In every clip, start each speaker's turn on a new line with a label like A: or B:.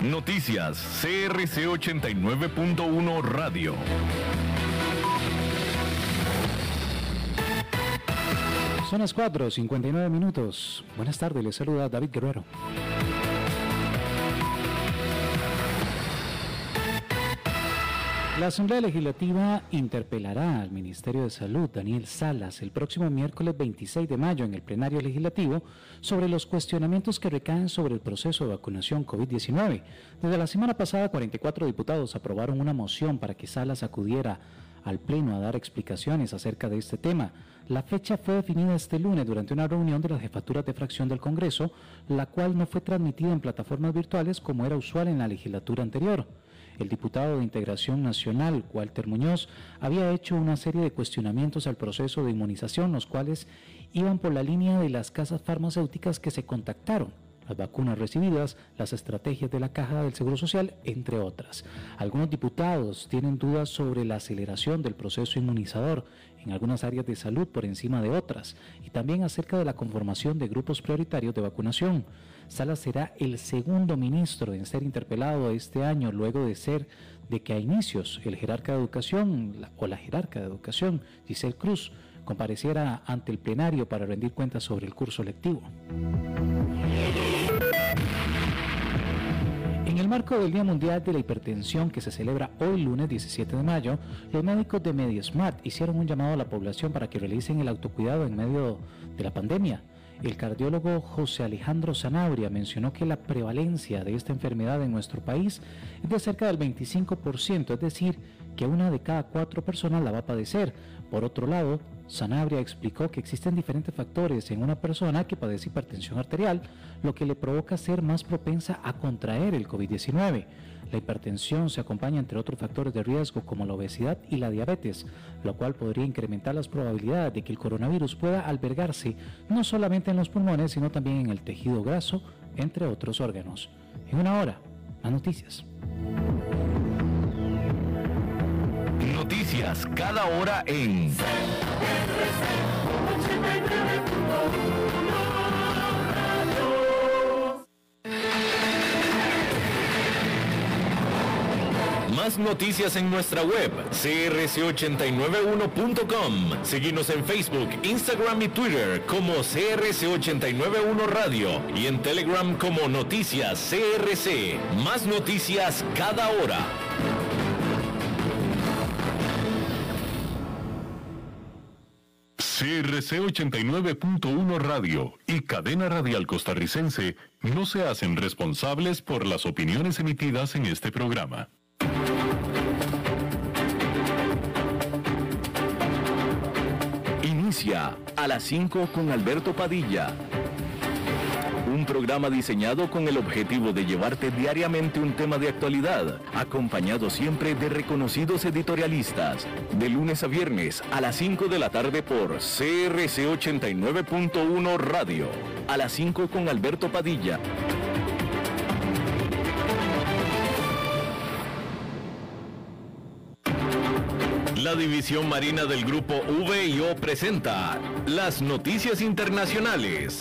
A: Noticias CRC 89.1 Radio.
B: Son las 4:59. Buenas tardes, les saluda David Guerrero. La Asamblea Legislativa interpelará al Ministerio de Salud, Daniel Salas, el próximo miércoles 26 de mayo en el plenario legislativo sobre los cuestionamientos que recaen sobre el proceso de vacunación COVID-19. Desde la semana pasada, 44 diputados aprobaron una moción para que Salas acudiera al Pleno a dar explicaciones acerca de este tema. La fecha fue definida este lunes durante una reunión de las jefaturas de fracción del Congreso, la cual no fue transmitida en plataformas virtuales como era usual en la legislatura anterior. El diputado de Integración Nacional, Walter Muñoz, había hecho una serie de cuestionamientos al proceso de inmunización, los cuales iban por la línea de las casas farmacéuticas que se contactaron, las vacunas recibidas, las estrategias de la Caja del Seguro Social, entre otras. Algunos diputados tienen dudas sobre la aceleración del proceso inmunizador en algunas áreas de salud por encima de otras, y también acerca de la conformación de grupos prioritarios de vacunación. Salas será el segundo ministro en ser interpelado este año, luego de que a inicios el jerarca de educación, la jerarca de educación, Giselle Cruz, compareciera ante el plenario para rendir cuentas sobre el curso lectivo. En el marco del Día Mundial de la Hipertensión, que se celebra hoy lunes 17 de mayo, los médicos de MediSmart hicieron un llamado a la población para que realicen el autocuidado en medio de la pandemia. El cardiólogo José Alejandro Zanabria mencionó que la prevalencia de esta enfermedad en nuestro país es de cerca del 25%, es decir, que una de cada 4 personas la va a padecer. Por otro lado, Zanabria explicó que existen diferentes factores en una persona que padece hipertensión arterial, lo que le provoca ser más propensa a contraer el COVID-19. La hipertensión se acompaña entre otros factores de riesgo como la obesidad y la diabetes, lo cual podría incrementar las probabilidades de que el coronavirus pueda albergarse no solamente en los pulmones, sino también en el tejido graso, entre otros órganos. En una hora, las noticias.
A: Noticias cada hora en Más noticias en nuestra web, crc891.com. Síguenos en Facebook, Instagram y Twitter como CRC891 Radio y en Telegram como Noticias CRC. Más noticias cada hora. CRC 89.1 Radio y Cadena Radial Costarricense no se hacen responsables por las opiniones emitidas en este programa. Inicia a las 5 con Alberto Padilla. Un programa diseñado con el objetivo de llevarte diariamente un tema de actualidad, acompañado siempre de reconocidos editorialistas. De lunes a viernes a las 5 de la tarde por CRC 89.1 Radio. A las 5 con Alberto Padilla. La División Marina del Grupo VIO presenta las noticias internacionales.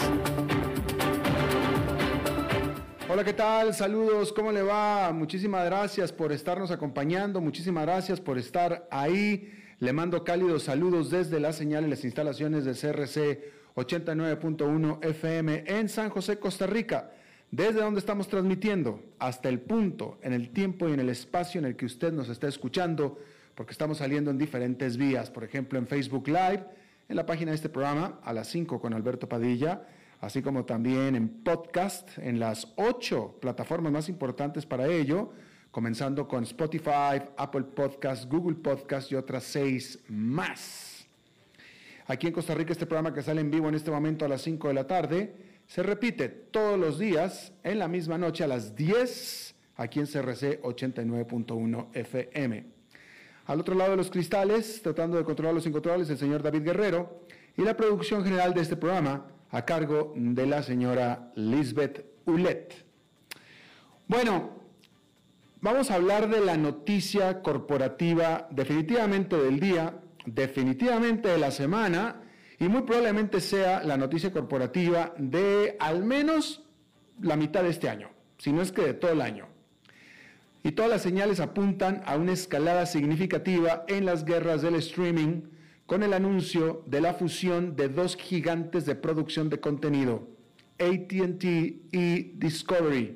C: Hola, ¿qué tal? Saludos, ¿cómo le va? Muchísimas gracias por estarnos acompañando, muchísimas gracias por estar ahí. Le mando cálidos saludos desde la señal y las instalaciones de CRC 89.1 FM en San José, Costa Rica, desde donde estamos transmitiendo hasta el punto, en el tiempo y en el espacio en el que usted nos está escuchando, porque estamos saliendo en diferentes vías, por ejemplo en Facebook Live, en la página de este programa, a las 5 con Alberto Padilla, así como también en podcast, en las 8 plataformas más importantes para ello, comenzando con Spotify, Apple Podcast, Google Podcast y otras 6 más. Aquí en Costa Rica, este programa que sale en vivo en este momento a las 5 de la tarde, se repite todos los días en la misma noche a las 10, aquí en CRC 89.1 FM. Al otro lado de los cristales, tratando de controlar los incontrolables, el señor David Guerrero, y la producción general de este programa a cargo de la señora Lisbeth Ulet. Bueno, vamos a hablar de la noticia corporativa definitivamente del día, definitivamente de la semana, y muy probablemente sea la noticia corporativa de al menos la mitad de este año, si no es que de todo el año. Y todas las señales apuntan a una escalada significativa en las guerras del streaming con el anuncio de la fusión de dos gigantes de producción de contenido, AT&T y Discovery.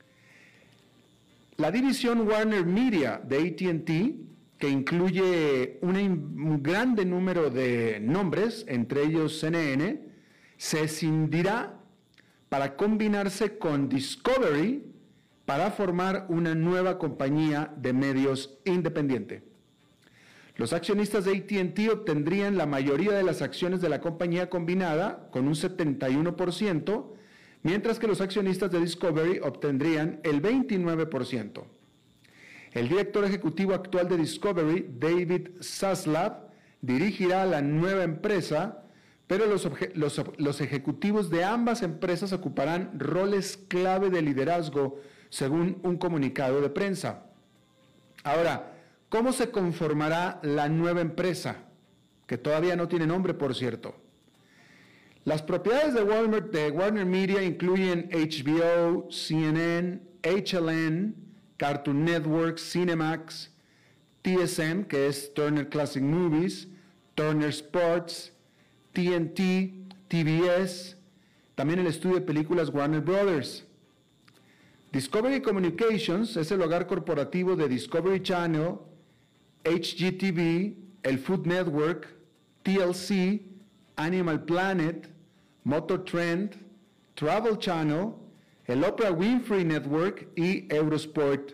C: La división Warner Media de AT&T, que incluye un grande número de nombres, entre ellos CNN, se escindirá para combinarse con Discovery para formar una nueva compañía de medios independiente. Los accionistas de AT&T obtendrían la mayoría de las acciones de la compañía combinada, con un 71%, mientras que los accionistas de Discovery obtendrían el 29%. El director ejecutivo actual de Discovery, David Zaslav, dirigirá la nueva empresa, pero los ejecutivos de ambas empresas ocuparán roles clave de liderazgo, según un comunicado de prensa. Ahora, ¿cómo se conformará la nueva empresa? Que todavía no tiene nombre, por cierto. Las propiedades de Warner Media incluyen HBO, CNN, HLN, Cartoon Network, Cinemax, TSM, que es Turner Classic Movies, Turner Sports, TNT, TBS, también el estudio de películas Warner Brothers. Discovery Communications es el hogar corporativo de Discovery Channel, HGTV, el Food Network, TLC, Animal Planet, Motor Trend, Travel Channel, el Oprah Winfrey Network y Eurosport.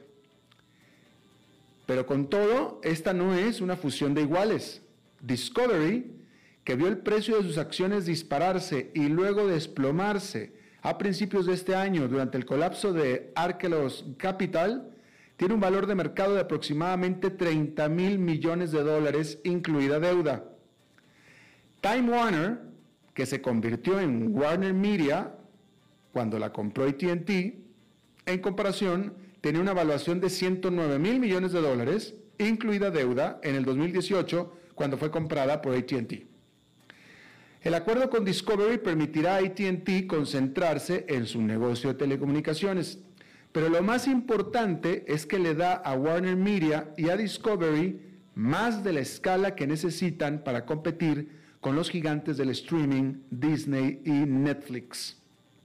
C: Pero con todo, esta no es una fusión de iguales. Discovery, que vio el precio de sus acciones dispararse y luego desplomarse a principios de este año durante el colapso de Arkellos Capital, tiene un valor de mercado de aproximadamente $30,000 millones, incluida deuda. Time Warner, que se convirtió en Warner Media cuando la compró AT&T, en comparación, tenía una valuación de $109,000 millones, incluida deuda, en el 2018, cuando fue comprada por AT&T. El acuerdo con Discovery permitirá a AT&T concentrarse en su negocio de telecomunicaciones, pero lo más importante es que le da a Warner Media y a Discovery más de la escala que necesitan para competir con los gigantes del streaming Disney y Netflix.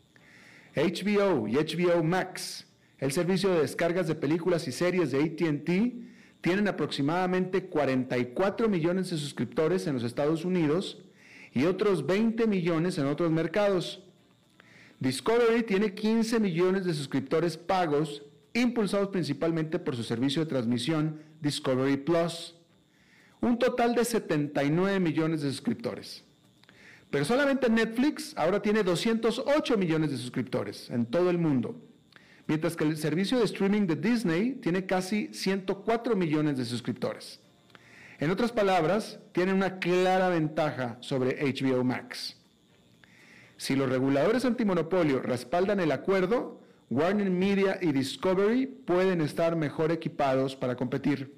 C: HBO y HBO Max, el servicio de descargas de películas y series de AT&T, tienen aproximadamente 44 millones de suscriptores en los Estados Unidos y otros 20 millones en otros mercados. Discovery tiene 15 millones de suscriptores pagos, impulsados principalmente por su servicio de transmisión Discovery Plus. Un total de 79 millones de suscriptores. Pero solamente Netflix ahora tiene 208 millones de suscriptores en todo el mundo, mientras que el servicio de streaming de Disney tiene casi 104 millones de suscriptores. En otras palabras, tienen una clara ventaja sobre HBO Max. Si los reguladores antimonopolio respaldan el acuerdo, Warner Media y Discovery pueden estar mejor equipados para competir.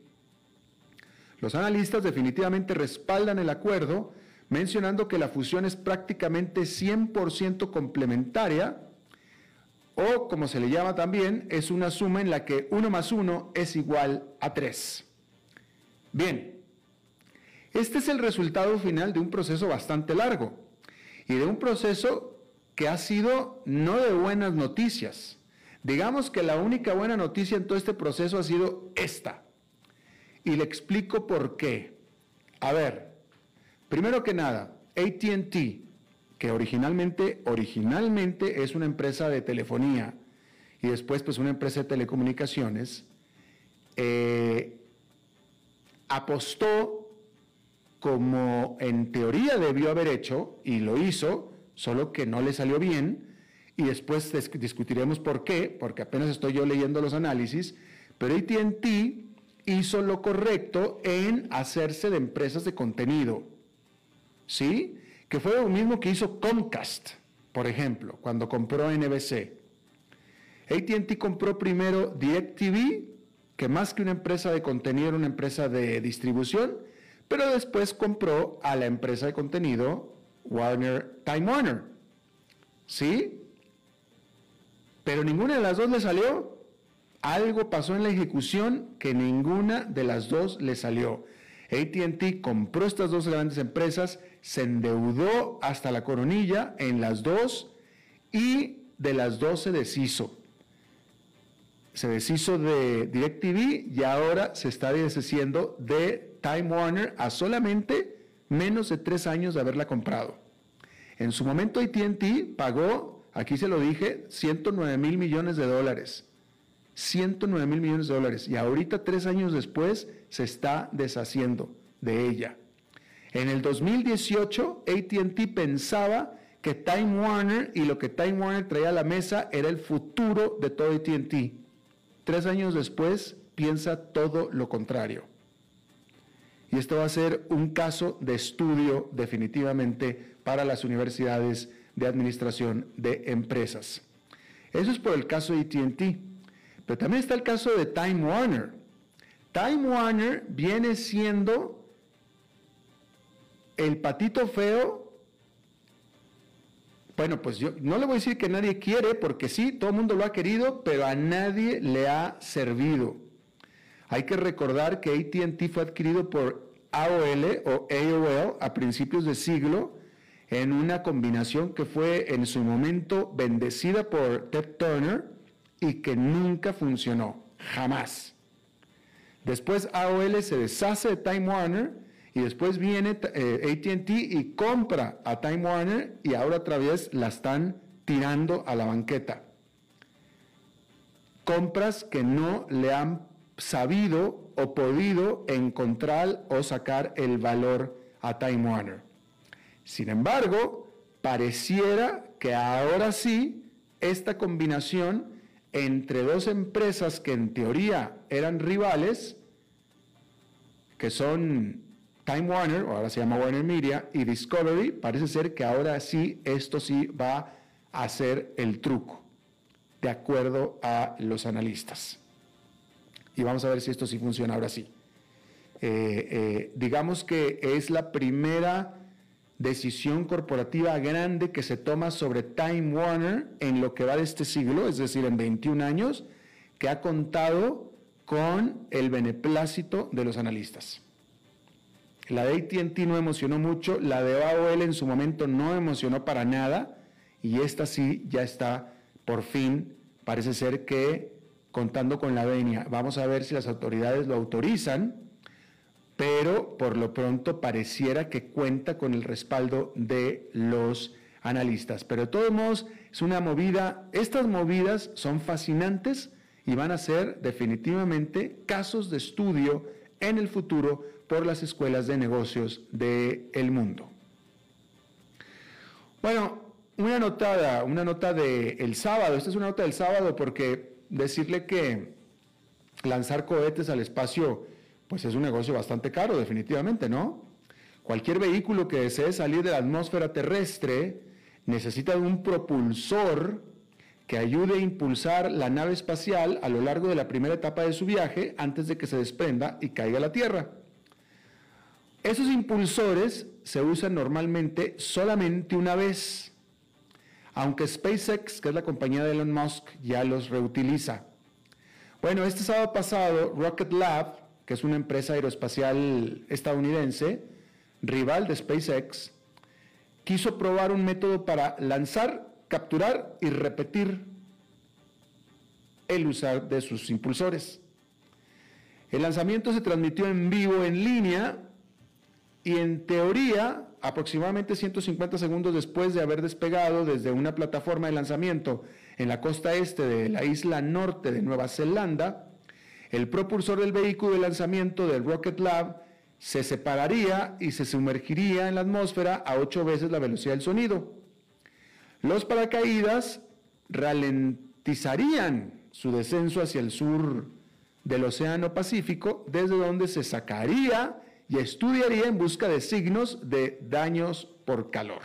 C: Los analistas definitivamente respaldan el acuerdo, mencionando que la fusión es prácticamente 100% complementaria, o como se le llama también, es una suma en la que 1 más 1 es igual a 3. Bien. Este es el resultado final de un proceso bastante largo y de un proceso que ha sido no de buenas noticias. Digamos que la única buena noticia en todo este proceso ha sido esta. Y le explico por qué. A ver, primero que nada, AT&T, que originalmente es una empresa de telefonía y después pues una empresa de telecomunicaciones, apostó como en teoría debió haber hecho, y lo hizo, solo que no le salió bien, y después discutiremos por qué, porque apenas estoy yo leyendo los análisis, pero AT&T hizo lo correcto en hacerse de empresas de contenido, ¿sí? Que fue lo mismo que hizo Comcast, por ejemplo, cuando compró NBC. AT&T compró primero DirecTV, que más que una empresa de contenido era una empresa de distribución, pero después compró a la empresa de contenido Time Warner, ¿sí? Pero ninguna de las dos le salió. Algo pasó en la ejecución que ninguna de las dos le salió. AT&T compró estas dos grandes empresas, se endeudó hasta la coronilla en las dos y de las dos se deshizo. Se deshizo de DirecTV y ahora se está deshaciendo de Time Warner a solamente menos de 3 años de haberla comprado. En su momento AT&T pagó, aquí se lo dije, $109 mil millones. $109 mil millones y ahorita 3 años después se está deshaciendo de ella. En el 2018 AT&T pensaba que Time Warner y lo que Time Warner traía a la mesa era el futuro de todo AT&T. 3 años después piensa todo lo contrario. Y esto va a ser un caso de estudio definitivamente para las universidades de administración de empresas. Eso es por el caso de AT&T. Pero también está el caso de Time Warner. Time Warner viene siendo el patito feo. Bueno, pues yo no le voy a decir que nadie quiere, porque sí, todo el mundo lo ha querido, pero a nadie le ha servido. Hay que recordar que AT&T fue adquirido por AOL a principios de siglo, en una combinación que fue en su momento bendecida por Ted Turner y que nunca funcionó, jamás. Después AOL se deshace de Time Warner y después viene AT&T y compra a Time Warner y ahora otra vez la están tirando a la banqueta. Compras que no le han sabido o podido encontrar o sacar el valor a Time Warner. Sin embargo, pareciera que ahora sí, esta combinación entre dos empresas que en teoría eran rivales, que son Time Warner, o ahora se llama Warner Media, y Discovery, parece ser que ahora sí, esto sí va a ser el truco, de acuerdo a los analistas. Y vamos a ver si esto sí funciona ahora sí. Digamos que es la primera decisión corporativa grande que se toma sobre Time Warner en lo que va de este siglo, es decir, en 21 años, que ha contado con el beneplácito de los analistas. La de AT&T no emocionó mucho, la de AOL en su momento no emocionó para nada, y esta sí ya está, por fin, parece ser que contando con la venia. Vamos a ver si las autoridades lo autorizan, pero por lo pronto pareciera que cuenta con el respaldo de los analistas. Pero de todos modos, es una movida, estas movidas son fascinantes y van a ser definitivamente casos de estudio en el futuro por las escuelas de negocios del mundo. Bueno, una nota del sábado. Esta es una nota del sábado porque decirle que lanzar cohetes al espacio pues es un negocio bastante caro, definitivamente, ¿no? Cualquier vehículo que desee salir de la atmósfera terrestre necesita de un propulsor que ayude a impulsar la nave espacial a lo largo de la primera etapa de su viaje antes de que se desprenda y caiga a la Tierra. Esos impulsores se usan normalmente solamente una vez, aunque SpaceX, que es la compañía de Elon Musk, ya los reutiliza. Bueno, este sábado pasado, Rocket Lab, que es una empresa aeroespacial estadounidense, rival de SpaceX, quiso probar un método para lanzar, capturar y repetir el usar de sus impulsores. El lanzamiento se transmitió en vivo en línea y en teoría, aproximadamente 150 segundos después de haber despegado desde una plataforma de lanzamiento en la costa este de la isla norte de Nueva Zelanda, el propulsor del vehículo de lanzamiento del Rocket Lab se separaría y se sumergiría en la atmósfera a 8 veces la velocidad del sonido. Los paracaídas ralentizarían su descenso hacia el sur del Océano Pacífico, desde donde se sacaría y estudiaría en busca de signos de daños por calor.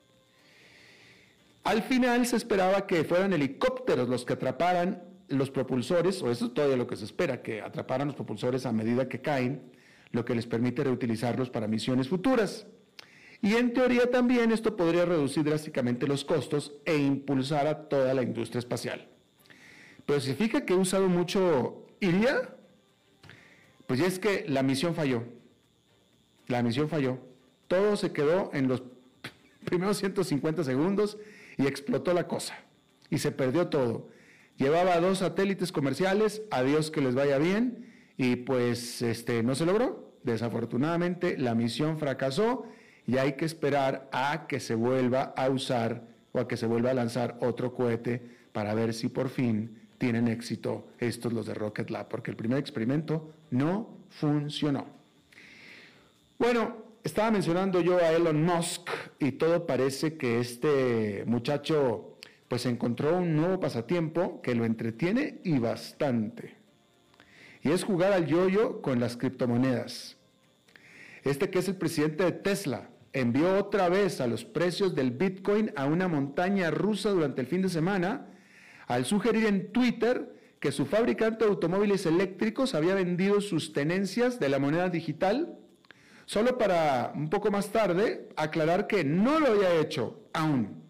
C: Al final se esperaba que fueran helicópteros los que atraparan los propulsores, o eso es todavía lo que se espera, que atraparan los propulsores a medida que caen, lo que les permite reutilizarlos para misiones futuras. Y en teoría también esto podría reducir drásticamente los costos e impulsar a toda la industria espacial. Pero significa que he usado mucho iria, pues ya es que la misión falló. La misión falló. Todo se quedó en los primeros 150 segundos y explotó la cosa. Y se perdió todo. Llevaba 2 satélites comerciales, adiós que les vaya bien, y pues no se logró. Desafortunadamente la misión fracasó y hay que esperar a que se vuelva a usar o a que se vuelva a lanzar otro cohete para ver si por fin tienen éxito estos los de Rocket Lab, porque el primer experimento no funcionó. Bueno, estaba mencionando yo a Elon Musk y todo parece que este muchacho pues encontró un nuevo pasatiempo que lo entretiene y bastante. Y es jugar al yo-yo con las criptomonedas. Este que es el presidente de Tesla envió otra vez a los precios del Bitcoin a una montaña rusa durante el fin de semana al sugerir en Twitter que su fabricante de automóviles eléctricos había vendido sus tenencias de la moneda digital, solo para un poco más tarde aclarar que no lo había hecho aún.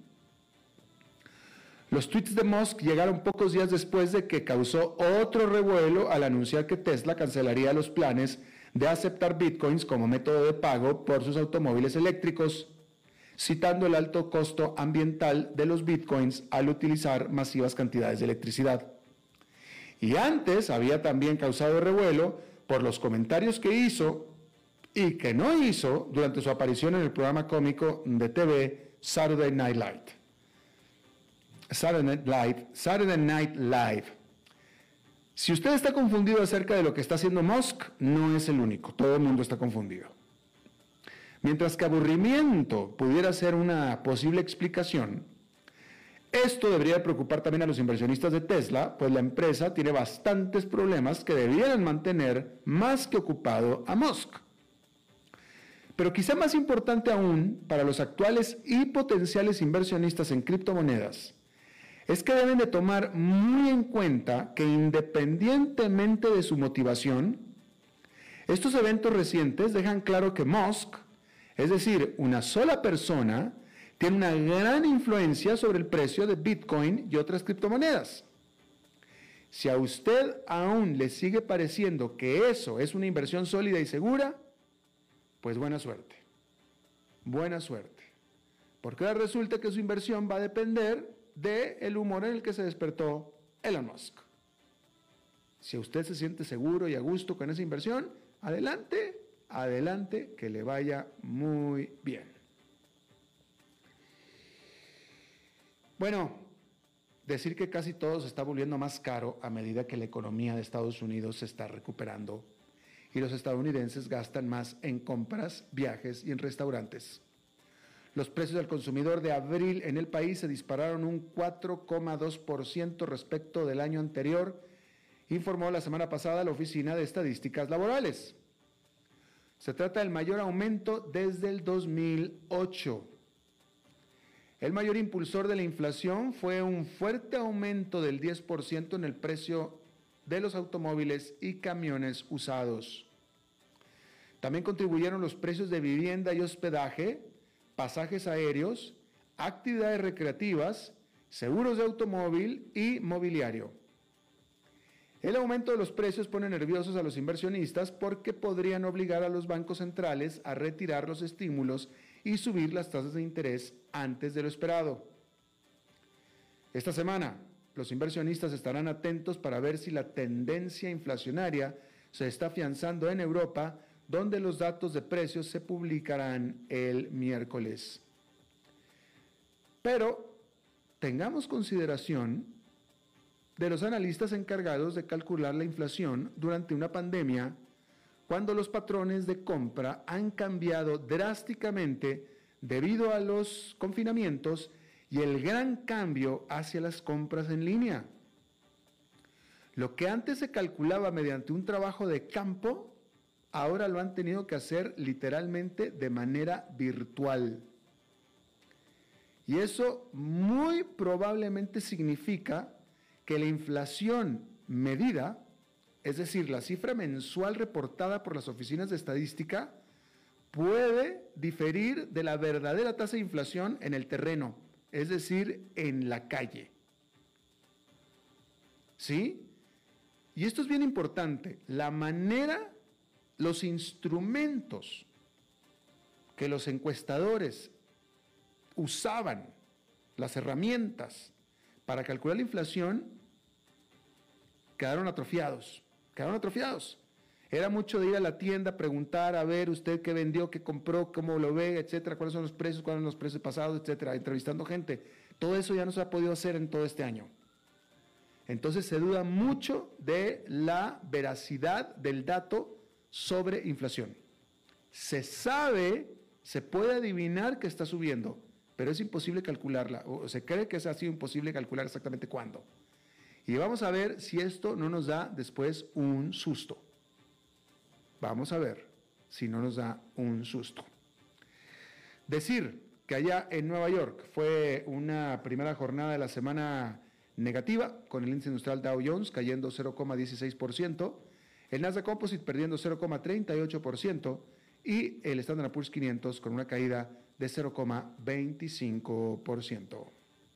C: Los tweets de Musk llegaron pocos días después de que causó otro revuelo al anunciar que Tesla cancelaría los planes de aceptar bitcoins como método de pago por sus automóviles eléctricos, citando el alto costo ambiental de los bitcoins al utilizar masivas cantidades de electricidad. Y antes había también causado revuelo por los comentarios que hizo y que no hizo durante su aparición en el programa cómico de TV Saturday Night Live. Si usted está confundido acerca de lo que está haciendo Musk, no es el único, todo el mundo está confundido. Mientras que aburrimiento pudiera ser una posible explicación, esto debería preocupar también a los inversionistas de Tesla, pues la empresa tiene bastantes problemas que debieran mantener más que ocupado a Musk. Pero quizá más importante aún para los actuales y potenciales inversionistas en criptomonedas, es que deben de tomar muy en cuenta que independientemente de su motivación, estos eventos recientes dejan claro que Musk, es decir, una sola persona, tiene una gran influencia sobre el precio de Bitcoin y otras criptomonedas. Si a usted aún le sigue pareciendo que eso es una inversión sólida y segura, pues buena suerte. Buena suerte. Porque ahora resulta que su inversión va a depender del humor en el que se despertó Elon Musk. Si usted se siente seguro y a gusto con esa inversión, adelante, adelante, que le vaya muy bien. Bueno, decir que casi todo se está volviendo más caro a medida que la economía de Estados Unidos se está recuperando y los estadounidenses gastan más en compras, viajes y en restaurantes. Los precios al consumidor de abril en el país se dispararon un 4,2% respecto del año anterior, informó la semana pasada la Oficina de Estadísticas Laborales. Se trata del mayor aumento desde el 2008. El mayor impulsor de la inflación fue un fuerte aumento del 10% en el precio de los automóviles y camiones usados. También contribuyeron los precios de vivienda y hospedaje, pasajes aéreos, actividades recreativas, seguros de automóvil y mobiliario. El aumento de los precios pone nerviosos a los inversionistas porque podrían obligar a los bancos centrales a retirar los estímulos y subir las tasas de interés antes de lo esperado. Esta semana, los inversionistas estarán atentos para ver si la tendencia inflacionaria se está afianzando en Europa, donde los datos de precios se publicarán el miércoles. Pero tengamos consideración de los analistas encargados de calcular la inflación durante una pandemia, cuando los patrones de compra han cambiado drásticamente debido a los confinamientos y el gran cambio hacia las compras en línea. Lo que antes se calculaba mediante un trabajo de campo, ahora lo han tenido que hacer literalmente de manera virtual. Y eso muy probablemente significa que la inflación medida, es decir, la cifra mensual reportada por las oficinas de estadística, puede diferir de la verdadera tasa de inflación en el terreno, es decir, en la calle. ¿sí? Y esto es bien importante, la manera, los instrumentos que los encuestadores usaban, las herramientas para calcular la inflación, quedaron atrofiados. Era mucho de ir a la tienda, preguntar, a ver usted qué vendió, qué compró, cómo lo ve, etcétera, cuáles son los precios, cuáles son los precios pasados, etcétera, entrevistando gente. Todo eso ya no se ha podido hacer en todo este año. Entonces se duda mucho de la veracidad del dato sobre inflación. Se sabe, se puede adivinar que está subiendo, pero es imposible calcularla, o se cree que es así imposible calcular exactamente cuándo. Y vamos a ver si esto no nos da después un susto. Vamos a ver si no nos da un susto. Decir que allá en Nueva York fue una primera jornada de la semana negativa, con el índice industrial Dow Jones cayendo 0,16%, el Nasdaq Composite perdiendo 0,38% y el Standard & Poor's 500 con una caída de 0,25%.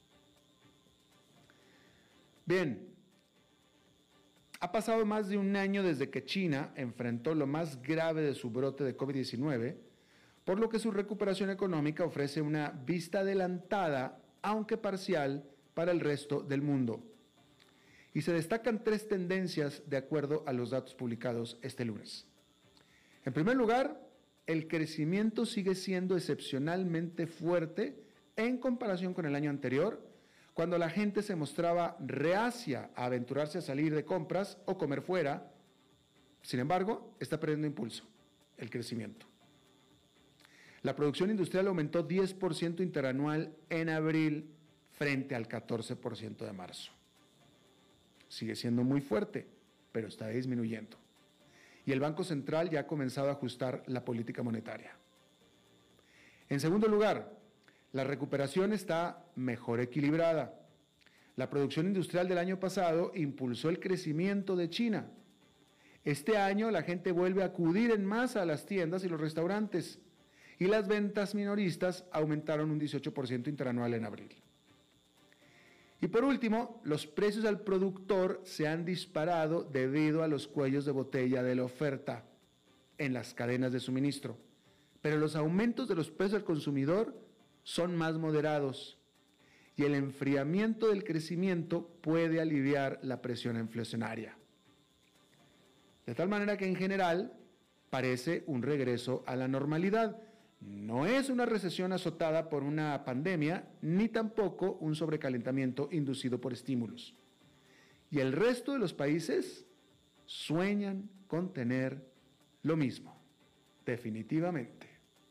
C: Bien, ha pasado más de un año desde que China enfrentó lo más grave de su brote de COVID-19, por lo que su recuperación económica ofrece una vista adelantada, aunque parcial, para el resto del mundo. Y se destacan tres tendencias de acuerdo a los datos publicados este lunes. En primer lugar, el crecimiento sigue siendo excepcionalmente fuerte en comparación con el año anterior, cuando la gente se mostraba reacia a aventurarse a salir de compras o comer fuera. Sin embargo, está perdiendo impulso el crecimiento. La producción industrial aumentó 10% interanual en abril frente al 14% de marzo. Sigue siendo muy fuerte, pero está disminuyendo. Y el Banco Central ya ha comenzado a ajustar la política monetaria. En segundo lugar, la recuperación está mejor equilibrada. La producción industrial del año pasado impulsó el crecimiento de China. Este año la gente vuelve a acudir en masa a las tiendas y los restaurantes, y las ventas minoristas aumentaron un 18% interanual en abril. Y por último, los precios al productor se han disparado debido a los cuellos de botella de la oferta en las cadenas de suministro. Pero los aumentos de los precios al consumidor son más moderados y el enfriamiento del crecimiento puede aliviar la presión inflacionaria. De tal manera que en general parece un regreso a la normalidad. No es una recesión azotada por una pandemia, ni tampoco un sobrecalentamiento inducido por estímulos. Y el resto de los países sueñan con tener lo mismo, definitivamente.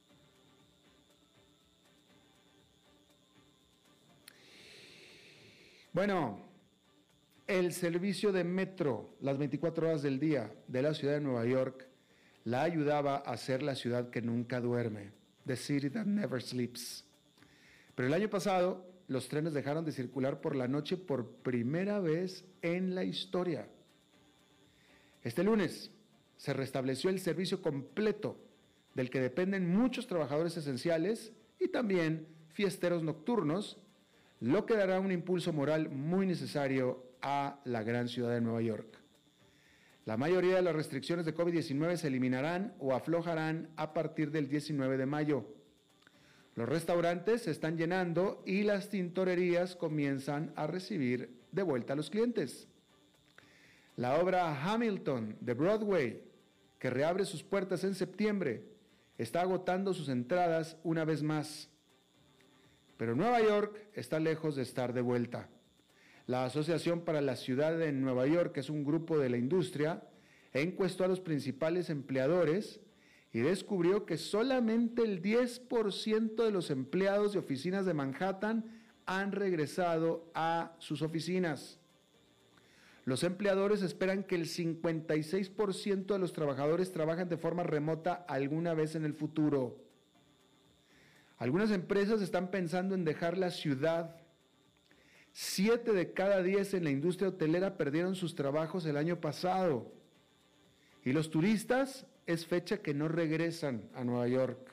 C: Bueno, el servicio de metro, las 24 horas del día de la ciudad de Nueva York, la ayudaba a ser la ciudad que nunca duerme, the city that never sleeps. Pero el año pasado, los trenes dejaron de circular por la noche por primera vez en la historia. Este lunes se restableció el servicio completo, del que dependen muchos trabajadores esenciales y también fiesteros nocturnos, lo que dará un impulso moral muy necesario a la gran ciudad de Nueva York. La mayoría de las restricciones de COVID-19 se eliminarán o aflojarán a partir del 19 de mayo. Los restaurantes se están llenando y las tintorerías comienzan a recibir de vuelta a los clientes. La obra Hamilton de Broadway, que reabre sus puertas en septiembre, está agotando sus entradas una vez más. Pero Nueva York está lejos de estar de vuelta. La Asociación para la Ciudad de Nueva York, que es un grupo de la industria, encuestó a los principales empleadores y descubrió que solamente el 10% de los empleados de oficinas de Manhattan han regresado a sus oficinas. Los empleadores esperan que el 56% de los trabajadores trabajen de forma remota alguna vez en el futuro. Algunas empresas están pensando en dejar la ciudad. 7 de cada 10 en la industria hotelera perdieron sus trabajos el año pasado. Y los turistas es fecha que no regresan a Nueva York.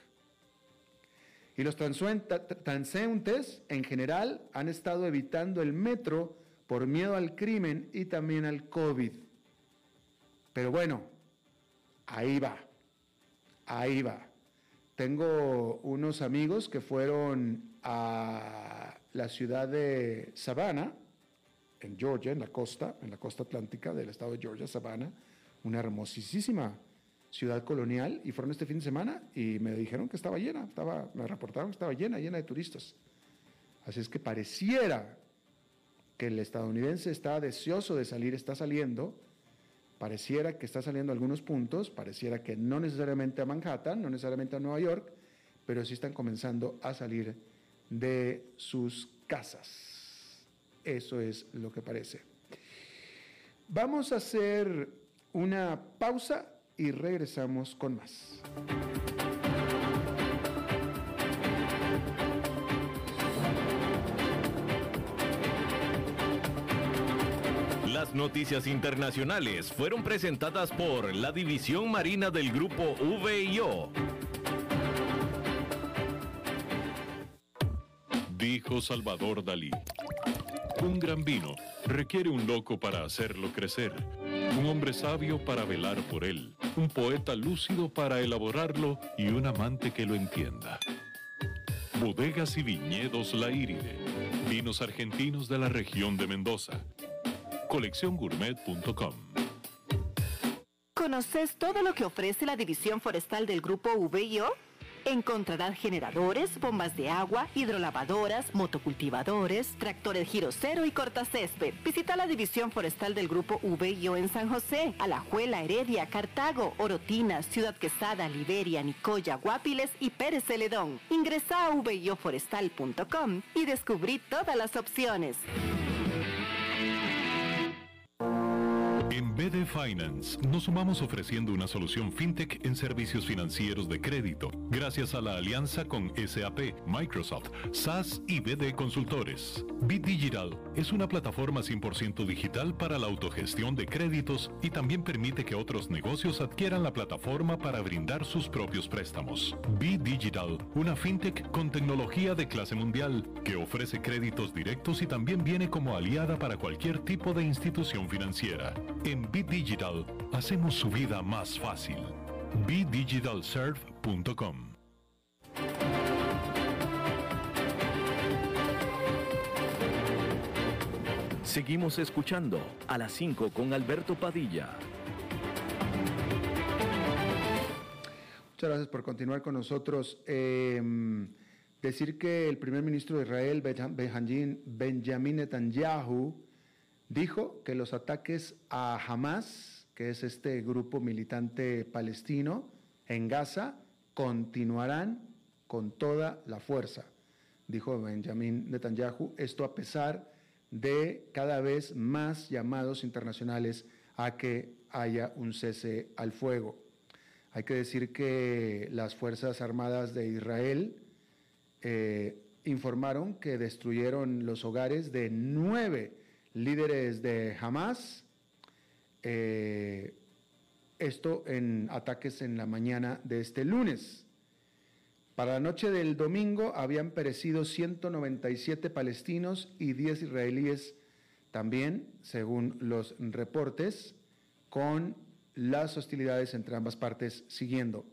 C: Y los transeúntes en general han estado evitando el metro por miedo al crimen y también al COVID. Pero bueno, ahí va. Tengo unos amigos que fueron a la ciudad de Savannah, en Georgia, en la costa atlántica del estado de Georgia, Savannah, una hermosísima ciudad colonial, y fueron este fin de semana y me dijeron que estaba llena, me reportaron que estaba llena de turistas. Así es que pareciera que el estadounidense está deseoso de salir, está saliendo, pareciera que está saliendo a algunos puntos, pareciera que no necesariamente a Manhattan, no necesariamente a Nueva York, pero sí están comenzando a salir de sus casas. Eso es lo que parece. Vamos a hacer una pausa y regresamos con más.
A: Las noticias internacionales fueron presentadas por la División Marina del Grupo VIO.
D: Dijo Salvador Dalí: un gran vino requiere un loco para hacerlo crecer, un hombre sabio para velar por él, un poeta lúcido para elaborarlo y un amante que lo entienda. Bodegas y viñedos La Iride, vinos argentinos de la región de Mendoza. Colecciongourmet.com.
E: ¿Conoces todo lo que ofrece la División Forestal del Grupo VIO? Encontrarás generadores, bombas de agua, hidrolavadoras, motocultivadores, tractores giro cero y cortacésped. Visita la División Forestal del Grupo VIO en San José, Alajuela, Heredia, Cartago, Orotina, Ciudad Quesada, Liberia, Nicoya, Guapiles y Pérez Celedón. Ingresa a vioforestal.com y descubrí todas las opciones.
D: En BD Finance nos sumamos ofreciendo una solución fintech en servicios financieros de crédito, gracias a la alianza con SAP, Microsoft, SAS y BD Consultores. Bit Digital es una plataforma 100% digital para la autogestión de créditos y también permite que otros negocios adquieran la plataforma para brindar sus propios préstamos. Bit Digital, una fintech con tecnología de clase mundial que ofrece créditos directos y también viene como aliada para cualquier tipo de institución financiera. En Bit Digital hacemos su vida más fácil. BitDigitalServe.com.
A: Seguimos escuchando a las 5 con Alberto Padilla.
C: Muchas gracias por continuar con nosotros. Decir que el primer ministro de Israel, Benjamin Netanyahu, dijo que los ataques a Hamas, que es este grupo militante palestino en Gaza, continuarán con toda la fuerza, dijo Benjamin Netanyahu, esto a pesar de cada vez más llamados internacionales a que haya un cese al fuego. Hay que decir que las Fuerzas Armadas de Israel informaron que destruyeron los hogares de 9 líderes de Hamas, esto en ataques en la mañana de este lunes. Para la noche del domingo habían perecido 197 palestinos y 10 israelíes también, según los reportes, con las hostilidades entre ambas partes siguiendo.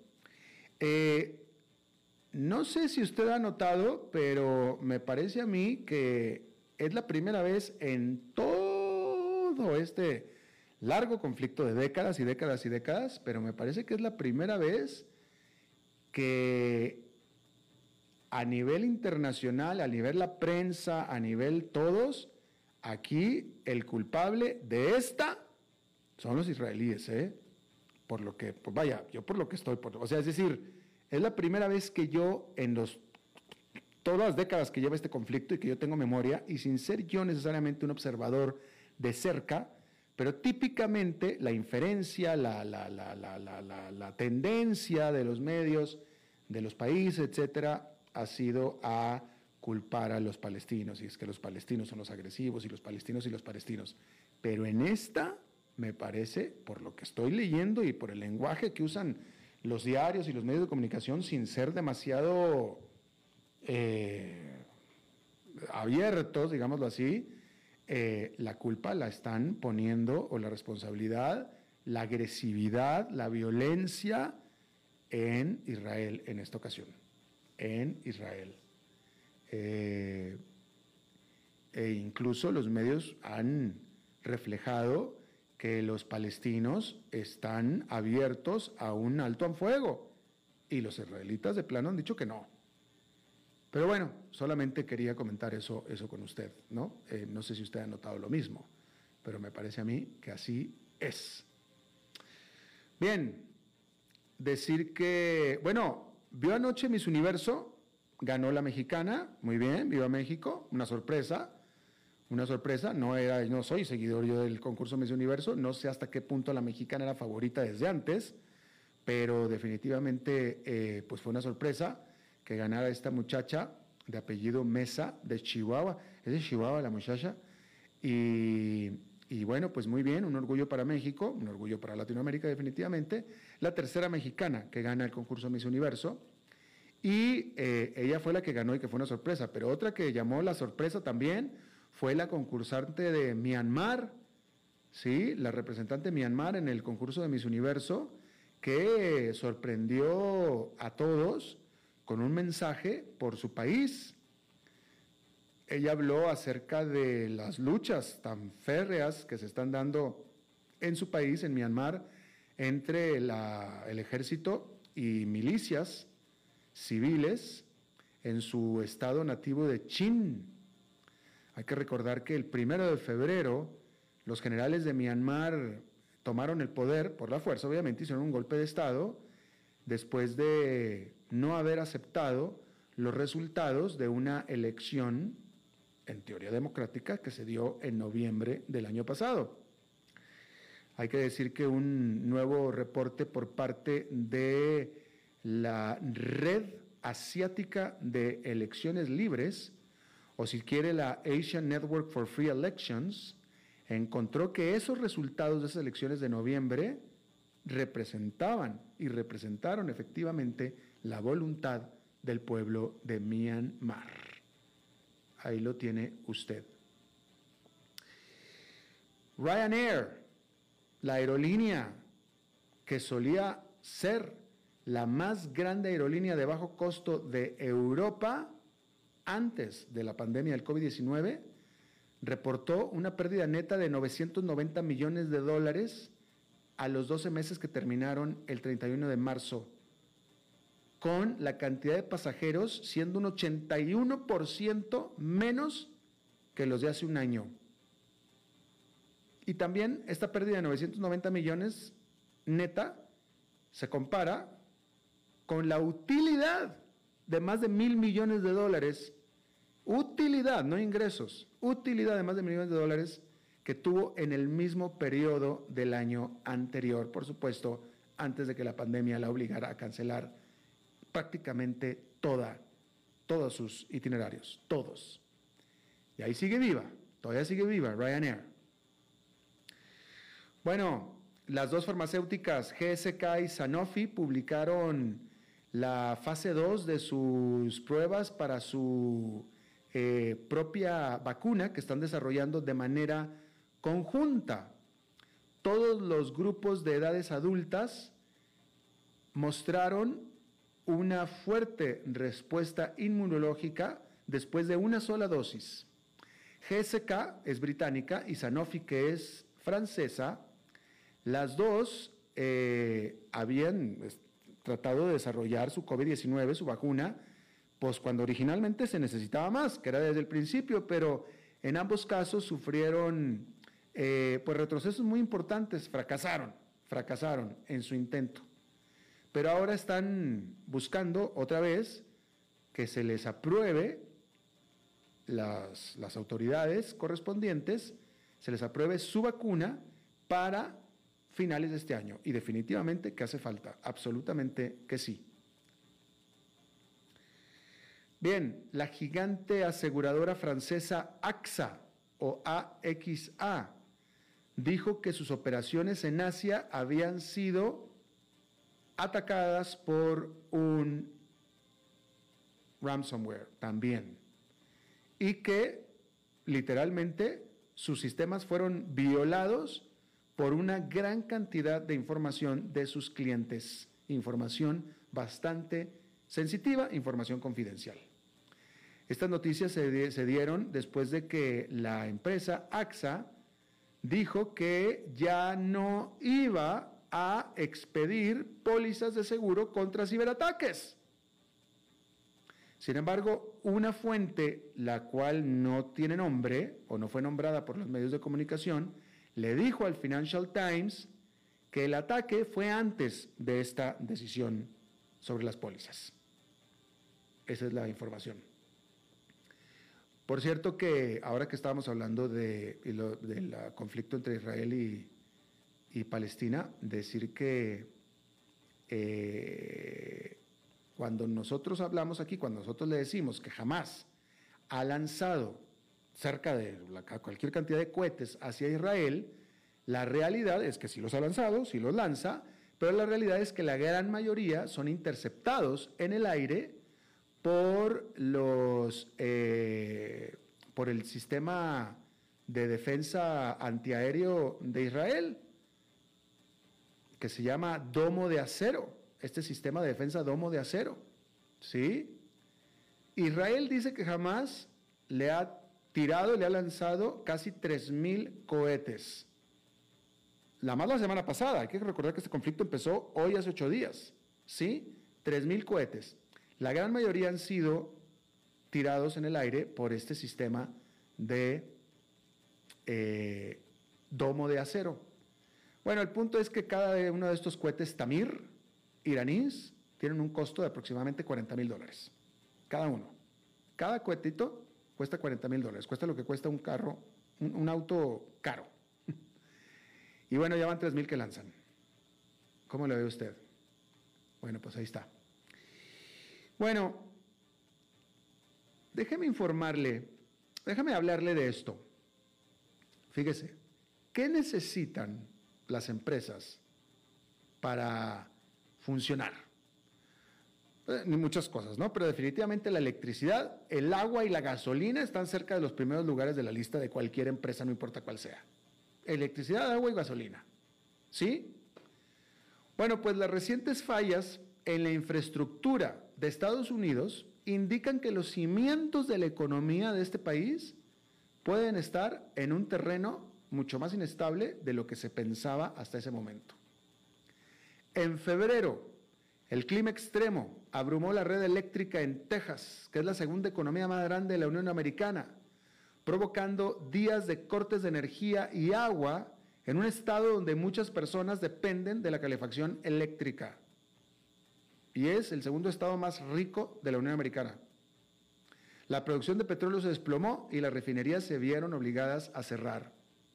C: No sé si usted ha notado, pero me parece a mí que es la primera vez en todo este largo conflicto de décadas y décadas y décadas, pero me parece que es la primera vez que a nivel internacional, a nivel la prensa, a nivel todos, aquí el culpable de esta son los israelíes, por lo que, pues vaya, yo por lo que estoy, o sea, es decir, es la primera vez que yo en todas las décadas que lleva este conflicto y que yo tengo memoria, y sin ser yo necesariamente un observador de cerca, pero típicamente la inferencia, la tendencia de los medios, de los países, etcétera, ha sido a culpar a los palestinos, y es que los palestinos son los agresivos, y los palestinos. Pero en esta, me parece, por lo que estoy leyendo y por el lenguaje que usan los diarios y los medios de comunicación, sin ser demasiado abiertos, digámoslo así, la culpa la están poniendo, o la responsabilidad, la agresividad, la violencia en Israel en esta ocasión. En Israel. E incluso los medios han reflejado que los palestinos están abiertos a un alto al fuego y los israelitas de plano han dicho que no. Pero bueno, solamente quería comentar eso con usted, ¿no? No sé si usted ha notado lo mismo, pero me parece a mí que así es. Bien, decir que, bueno, vio anoche Miss Universo, ganó la mexicana, muy bien, viva México, una sorpresa, no soy seguidor yo del concurso Miss Universo, no sé hasta qué punto la mexicana era favorita desde antes, pero definitivamente pues fue una sorpresa que ganara esta muchacha de apellido Mesa de Chihuahua, es de Chihuahua la muchacha, y bueno, pues muy bien, un orgullo para México, un orgullo para Latinoamérica definitivamente, la tercera mexicana que gana el concurso Miss Universo, y ella fue la que ganó y que fue una sorpresa, pero otra que llamó la sorpresa también fue la concursante de Myanmar, ¿sí? La representante de Myanmar en el concurso de Miss Universo, que sorprendió a todos con un mensaje por su país. Ella habló acerca de las luchas tan férreas que se están dando en su país, en Myanmar, entre el ejército y milicias civiles en su estado nativo de Chin. Hay que recordar que el 1 de febrero los generales de Myanmar tomaron el poder por la fuerza, obviamente hicieron un golpe de estado después de no haber aceptado los resultados de una elección en teoría democrática que se dio en noviembre del año pasado. Hay que decir que un nuevo reporte por parte de la Red Asiática de Elecciones Libres, o si quiere la Asian Network for Free Elections, encontró que esos resultados de esas elecciones de noviembre representaban y representaron efectivamente la voluntad del pueblo de Myanmar. Ahí lo tiene usted. Ryanair, la aerolínea que solía ser la más grande aerolínea de bajo costo de Europa antes de la pandemia del COVID-19, reportó una pérdida neta de $990 millones a los 12 meses que terminaron el 31 de marzo, con la cantidad de pasajeros siendo un 81% menos que los de hace un año. Y también esta pérdida de 990 millones neta se compara con la utilidad de más de $1,000 millones, utilidad, no ingresos, utilidad de más de $1,000 millones que tuvo en el mismo periodo del año anterior, por supuesto, antes de que la pandemia la obligara a cancelar prácticamente todos sus itinerarios, todos. Y ahí sigue viva, todavía sigue viva Ryanair. Bueno, las dos farmacéuticas GSK y Sanofi publicaron la fase 2 de sus pruebas para su propia vacuna que están desarrollando de manera conjunta. Todos los grupos de edades adultas mostraron una fuerte respuesta inmunológica después de una sola dosis. GSK es británica y Sanofi, que es francesa, las dos habían tratado de desarrollar su COVID-19, su vacuna, pues cuando originalmente se necesitaba más, que era desde el principio, pero en ambos casos sufrieron pues retrocesos muy importantes, fracasaron en su intento. Pero ahora están buscando otra vez que se les apruebe, las autoridades correspondientes, se les apruebe su vacuna para finales de este año. Y definitivamente que hace falta, absolutamente que sí. Bien, la gigante aseguradora francesa AXA o AXA dijo que sus operaciones en Asia habían sido atacadas por un ransomware también, y que literalmente sus sistemas fueron violados por una gran cantidad de información de sus clientes, información bastante sensitiva, información confidencial. Estas noticias se dieron después de que la empresa AXA dijo que ya no iba a expedir pólizas de seguro contra ciberataques. Sin embargo, una fuente, la cual no tiene nombre o no fue nombrada por los medios de comunicación, le dijo al Financial Times que el ataque fue antes de esta decisión sobre las pólizas. Esa es la información. Por cierto que ahora que estábamos hablando del conflicto entre Israel y Palestina, decir que cuando nosotros hablamos aquí, cuando nosotros le decimos que Hamás ha lanzado cerca de cualquier cantidad de cohetes hacia Israel, la realidad es que sí los ha lanzado, sí los lanza, pero la realidad es que la gran mayoría son interceptados en el aire por el sistema de defensa antiaéreo de Israel, que se llama Domo de Acero, este sistema de defensa Domo de Acero, ¿sí? Israel dice que jamás le ha tirado, le ha lanzado casi 3,000 cohetes. La semana pasada, hay que recordar que este conflicto empezó hoy hace 8 días, ¿sí? 3,000 cohetes. La gran mayoría han sido tirados en el aire por este sistema de domo de acero. Bueno, el punto es que cada uno de estos cohetes Tamir iraníes tienen un costo de aproximadamente $40,000. Cada uno. Cada cohetito cuesta $40,000. Cuesta lo que cuesta un carro, un auto caro. Y bueno, ya van 3,000 que lanzan. ¿Cómo lo ve usted? Bueno, pues ahí está. Bueno, déjeme hablarle de esto. Fíjese, ¿qué necesitan las empresas para funcionar? Muchas cosas, ¿no? Pero definitivamente la electricidad, el agua y la gasolina están cerca de los primeros lugares de la lista de cualquier empresa, no importa cuál sea. Electricidad, agua y gasolina. ¿Sí? Bueno, pues las recientes fallas en la infraestructura de Estados Unidos indican que los cimientos de la economía de este país pueden estar en un terreno mucho más inestable de lo que se pensaba hasta ese momento. En febrero, el clima extremo abrumó la red eléctrica en Texas, que es la segunda economía más grande de la Unión Americana, provocando días de cortes de energía y agua en un estado donde muchas personas dependen de la calefacción eléctrica. Y es el segundo estado más rico de la Unión Americana. La producción de petróleo se desplomó y las refinerías se vieron obligadas a cerrar.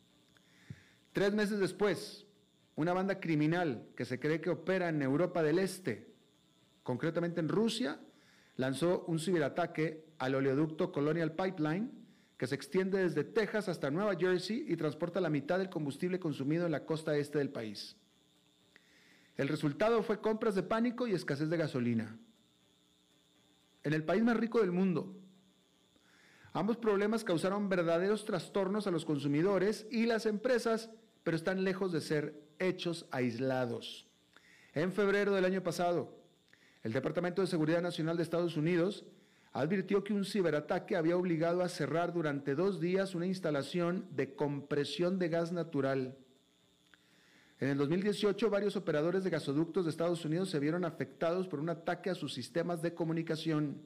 C: 3 meses después, una banda criminal que se cree que opera en Europa del Este, concretamente en Rusia, lanzó un ciberataque al oleoducto Colonial Pipeline, que se extiende desde Texas hasta Nueva Jersey y transporta la mitad del combustible consumido en la costa este del país. El resultado fue compras de pánico y escasez de gasolina. En el país más rico del mundo. Ambos problemas causaron verdaderos trastornos a los consumidores y las empresas, pero están lejos de ser hechos aislados. En febrero del año pasado, el Departamento de Seguridad Nacional de Estados Unidos advirtió que un ciberataque había obligado a cerrar durante 2 días una instalación de compresión de gas natural. En el 2018, varios operadores de gasoductos de Estados Unidos se vieron afectados por un ataque a sus sistemas de comunicación.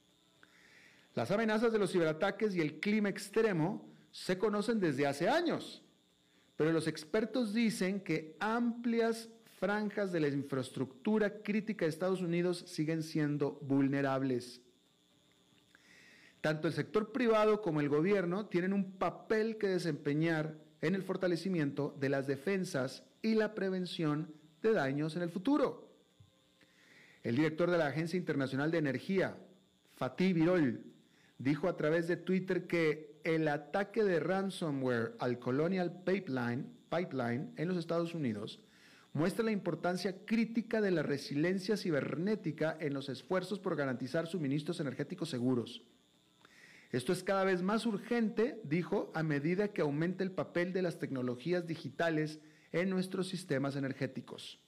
C: Las amenazas de los ciberataques y el clima extremo se conocen desde hace años, pero los expertos dicen que amplias franjas de la infraestructura crítica de Estados Unidos siguen siendo vulnerables. Tanto el sector privado como el gobierno tienen un papel que desempeñar en el fortalecimiento de las defensas y la prevención de daños en el futuro. El director de la Agencia Internacional de Energía, Fatih Birol, dijo a través de Twitter que el ataque de ransomware al Colonial Pipeline en los Estados Unidos muestra la importancia crítica de la resiliencia cibernética en los esfuerzos por garantizar suministros energéticos seguros. Esto es cada vez más urgente, dijo, a medida que aumenta el papel de las tecnologías digitales en nuestros sistemas energéticos.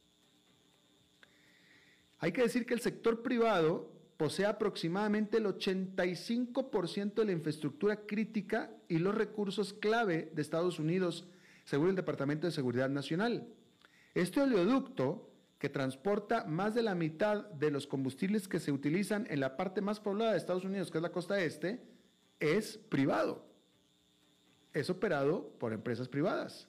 C: Hay que decir que el sector privado posee aproximadamente el 85% de la infraestructura crítica y los recursos clave de Estados Unidos, según el Departamento de Seguridad Nacional. Este oleoducto, que transporta más de la mitad de los combustibles que se utilizan en la parte más poblada de Estados Unidos, que es la costa este, es privado. Es operado por empresas privadas.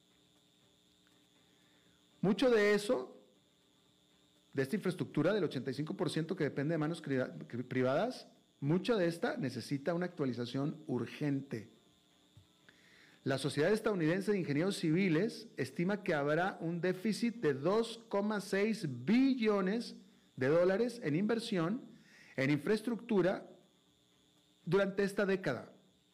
C: Mucho de eso, de esta infraestructura del 85% que depende de manos privadas, mucha de esta necesita una actualización urgente. La Sociedad Estadounidense de Ingenieros Civiles estima que habrá un déficit de 2,6 billones de dólares en inversión en infraestructura durante esta década.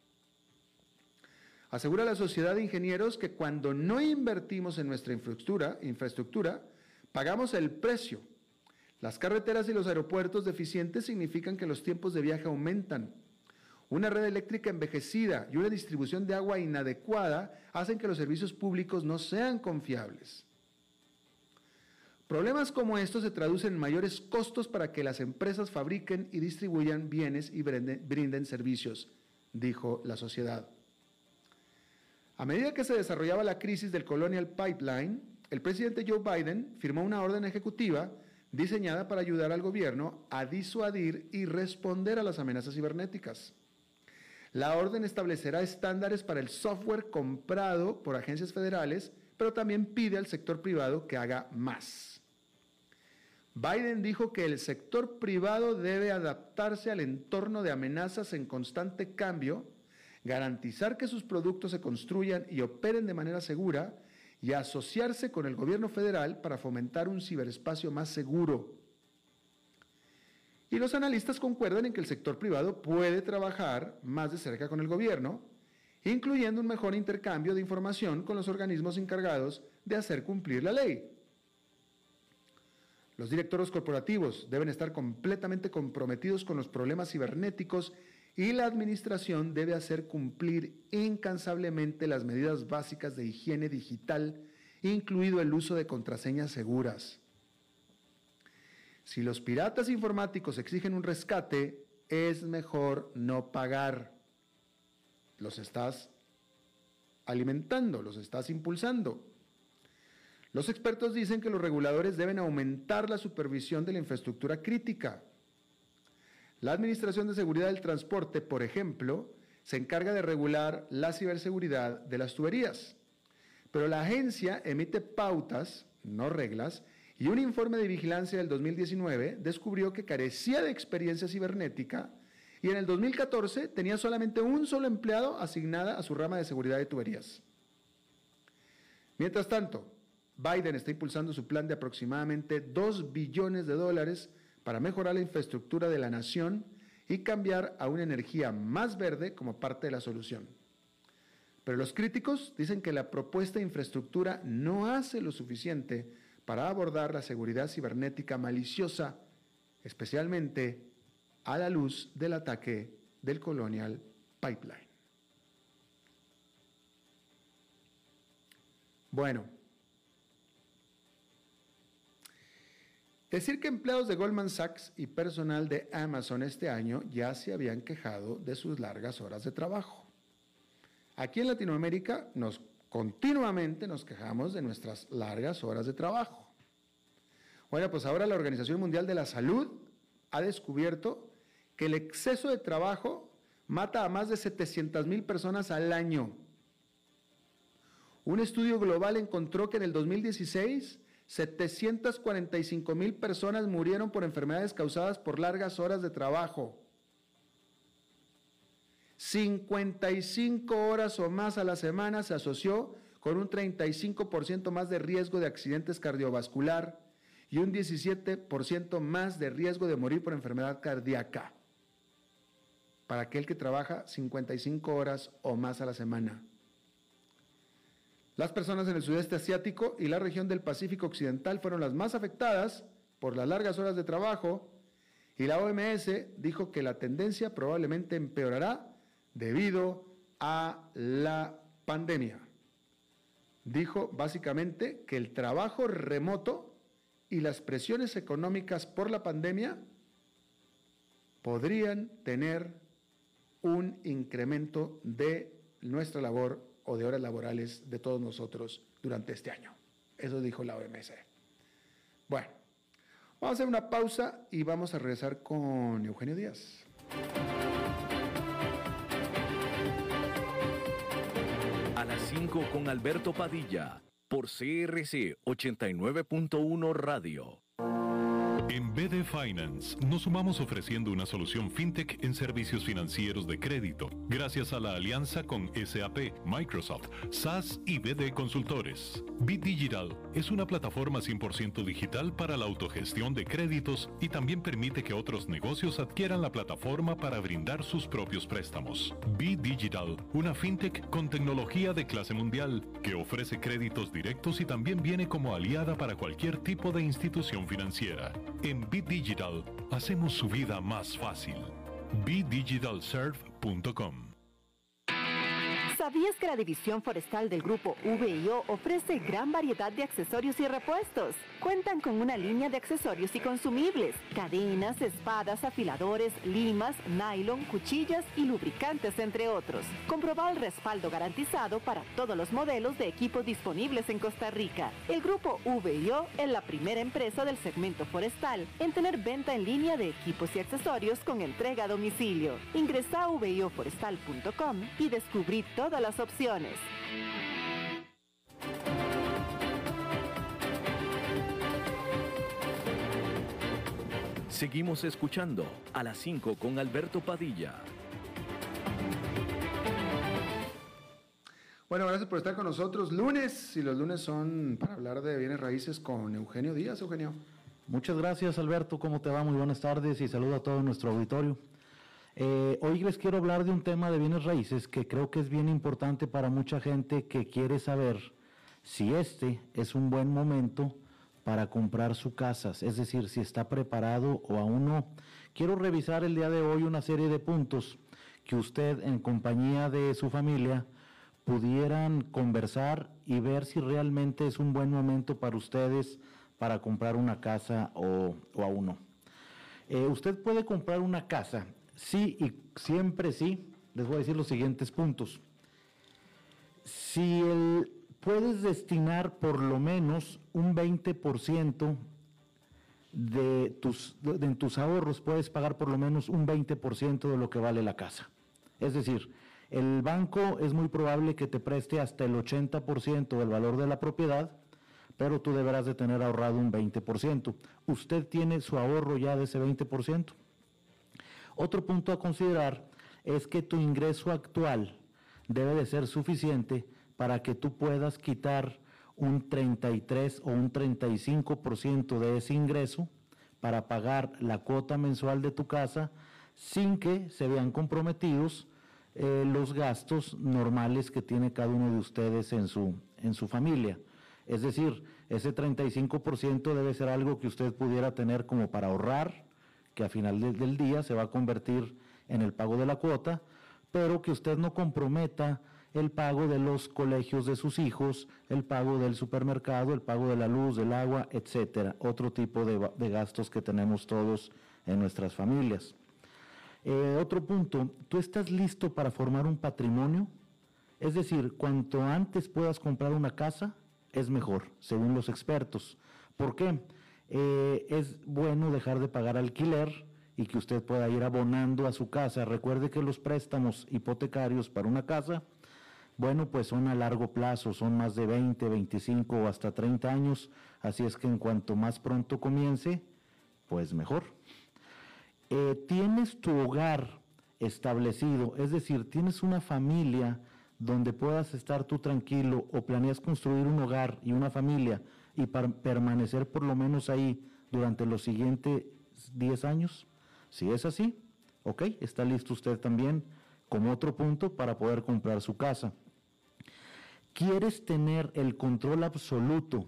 C: Asegura la Sociedad de Ingenieros que cuando no invertimos en nuestra infraestructura, pagamos el precio. Las carreteras y los aeropuertos deficientes significan que los tiempos de viaje aumentan. Una red eléctrica envejecida y una distribución de agua inadecuada hacen que los servicios públicos no sean confiables. Problemas como estos se traducen en mayores costos para que las empresas fabriquen y distribuyan bienes y brinden servicios, dijo la sociedad. A medida que se desarrollaba la crisis del Colonial Pipeline, el presidente Joe Biden firmó una orden ejecutiva diseñada para ayudar al gobierno a disuadir y responder a las amenazas cibernéticas. La orden establecerá estándares para el software comprado por agencias federales, pero también pide al sector privado que haga más. Biden dijo que el sector privado debe adaptarse al entorno de amenazas en constante cambio, garantizar que sus productos se construyan y operen de manera segura y asociarse con el gobierno federal para fomentar un ciberespacio más seguro. Y los analistas concuerdan en que el sector privado puede trabajar más de cerca con el gobierno, incluyendo un mejor intercambio de información con los organismos encargados de hacer cumplir la ley. Los directores corporativos deben estar completamente comprometidos con los problemas cibernéticos y la administración debe hacer cumplir incansablemente las medidas básicas de higiene digital, incluido el uso de contraseñas seguras. Si los piratas informáticos exigen un rescate, es mejor no pagar. Los estás alimentando, los estás impulsando. Los expertos dicen que los reguladores deben aumentar la supervisión de la infraestructura crítica. La Administración de Seguridad del Transporte, por ejemplo, se encarga de regular la ciberseguridad de las tuberías. Pero la agencia emite pautas, no reglas, y un informe de vigilancia del 2019 descubrió que carecía de experiencia cibernética y en el 2014 tenía solamente un solo empleado asignada a su rama de seguridad de tuberías. Mientras tanto, Biden está impulsando su plan de aproximadamente $2 billones para mejorar la infraestructura de la nación y cambiar a una energía más verde como parte de la solución. Pero los críticos dicen que la propuesta de infraestructura no hace lo suficiente para abordar la seguridad cibernética maliciosa, especialmente a la luz del ataque del Colonial Pipeline. Bueno, decir que empleados de Goldman Sachs y personal de Amazon este año ya se habían quejado de sus largas horas de trabajo. Aquí en Latinoamérica continuamente nos quejamos de nuestras largas horas de trabajo. Bueno, pues ahora la Organización Mundial de la Salud ha descubierto que el exceso de trabajo mata a más de 700,000 personas al año. Un estudio global encontró que en el 2016 745,000 personas murieron por enfermedades causadas por largas horas de trabajo. 55 horas o más a la semana se asoció con un 35% más de riesgo de accidentes cardiovascular y un 17% más de riesgo de morir por enfermedad cardíaca para aquel que trabaja 55 horas o más a la semana. Las personas en el sudeste asiático y la región del Pacífico Occidental fueron las más afectadas por las largas horas de trabajo Y la OMS dijo que la tendencia probablemente empeorará debido a la pandemia. Dijo básicamente que el trabajo remoto y las presiones económicas por la pandemia podrían tener un incremento de nuestra labor o de horas laborales de todos nosotros durante este año. Eso dijo la OMS. Bueno, vamos a hacer una pausa y vamos a regresar con Eugenio Díaz.
A: A las 5 con Alberto Padilla, por CRC 89.1 Radio.
D: En BD Finance nos sumamos ofreciendo una solución fintech en servicios financieros de crédito, gracias a la alianza con SAP, Microsoft, SAS y BD Consultores. BitDigital es una plataforma 100% digital para la autogestión de créditos y también permite que otros negocios adquieran la plataforma para brindar sus propios préstamos. BitDigital, una fintech con tecnología de clase mundial que ofrece créditos directos y también viene como aliada para cualquier tipo de institución financiera. En BitDigital hacemos su vida más fácil. BitDigitalServe.com.
E: ¿Sabías que la división forestal del grupo VIO ofrece gran variedad de accesorios y repuestos? Cuentan con una línea de accesorios y consumibles, cadenas, espadas, afiladores, limas, nylon, cuchillas y lubricantes, entre otros. Comprobá el respaldo garantizado para todos los modelos de equipos disponibles en Costa Rica. El grupo VIO es la primera empresa del segmento forestal en tener venta en línea de equipos y accesorios con entrega a domicilio. Ingresa a vioforestal.com y descubrí todas las opciones.
A: Seguimos escuchando a las 5 con Alberto Padilla.
C: Bueno, gracias por estar con nosotros. Lunes, y los lunes son para hablar de bienes raíces con Eugenio Díaz. Eugenio.
F: Muchas gracias, Alberto. ¿Cómo te va? Muy buenas tardes y saludo a todo nuestro auditorio. Hoy les quiero hablar de un tema de bienes raíces que creo que es bien importante para mucha gente que quiere saber si este es un buen momento para comprar su casa, es decir, si está preparado o aún no. Quiero revisar el día de hoy una serie de puntos que usted, en compañía de su familia, pudieran conversar y ver si realmente es un buen momento para ustedes para comprar una casa o aún no. Usted puede comprar una casa. Sí, y siempre sí, les voy a decir los siguientes puntos. Si puedes destinar por lo menos un 20% en tus ahorros, puedes pagar por lo menos un 20% de lo que vale la casa. Es decir, el banco es muy probable que te preste hasta el 80% del valor de la propiedad, pero tú deberás de tener ahorrado un 20%. ¿Usted tiene su ahorro ya de ese 20%? Otro punto a considerar es que tu ingreso actual debe de ser suficiente para que tú puedas quitar un 33 o un 35% de ese ingreso para pagar la cuota mensual de tu casa sin que se vean comprometidos los gastos normales que tiene cada uno de ustedes en su familia. Es decir, ese 35% debe ser algo que usted pudiera tener como para ahorrar, que a final del día se va a convertir en el pago de la cuota, pero que usted no comprometa el pago de los colegios de sus hijos, el pago del supermercado, el pago de la luz, del agua, etcétera, otro tipo de gastos que tenemos todos en nuestras familias. Otro punto, ¿tú estás listo para formar un patrimonio? Es decir, cuanto antes puedas comprar una casa, es mejor, según los expertos. ¿Por qué? Es bueno dejar de pagar alquiler y que usted pueda ir abonando a su casa. Recuerde que los préstamos hipotecarios para una casa, bueno, pues son a largo plazo, son más de 20, 25 o hasta 30 años, así es que en cuanto más pronto comience, pues mejor. Tienes tu hogar establecido, es decir, tienes una familia donde puedas estar tú tranquilo o planeas construir un hogar y una familia y permanecer por lo menos ahí durante los siguientes 10 años. Si es así, ok, está listo usted también como otro punto para poder comprar su casa. ¿Quieres tener el control absoluto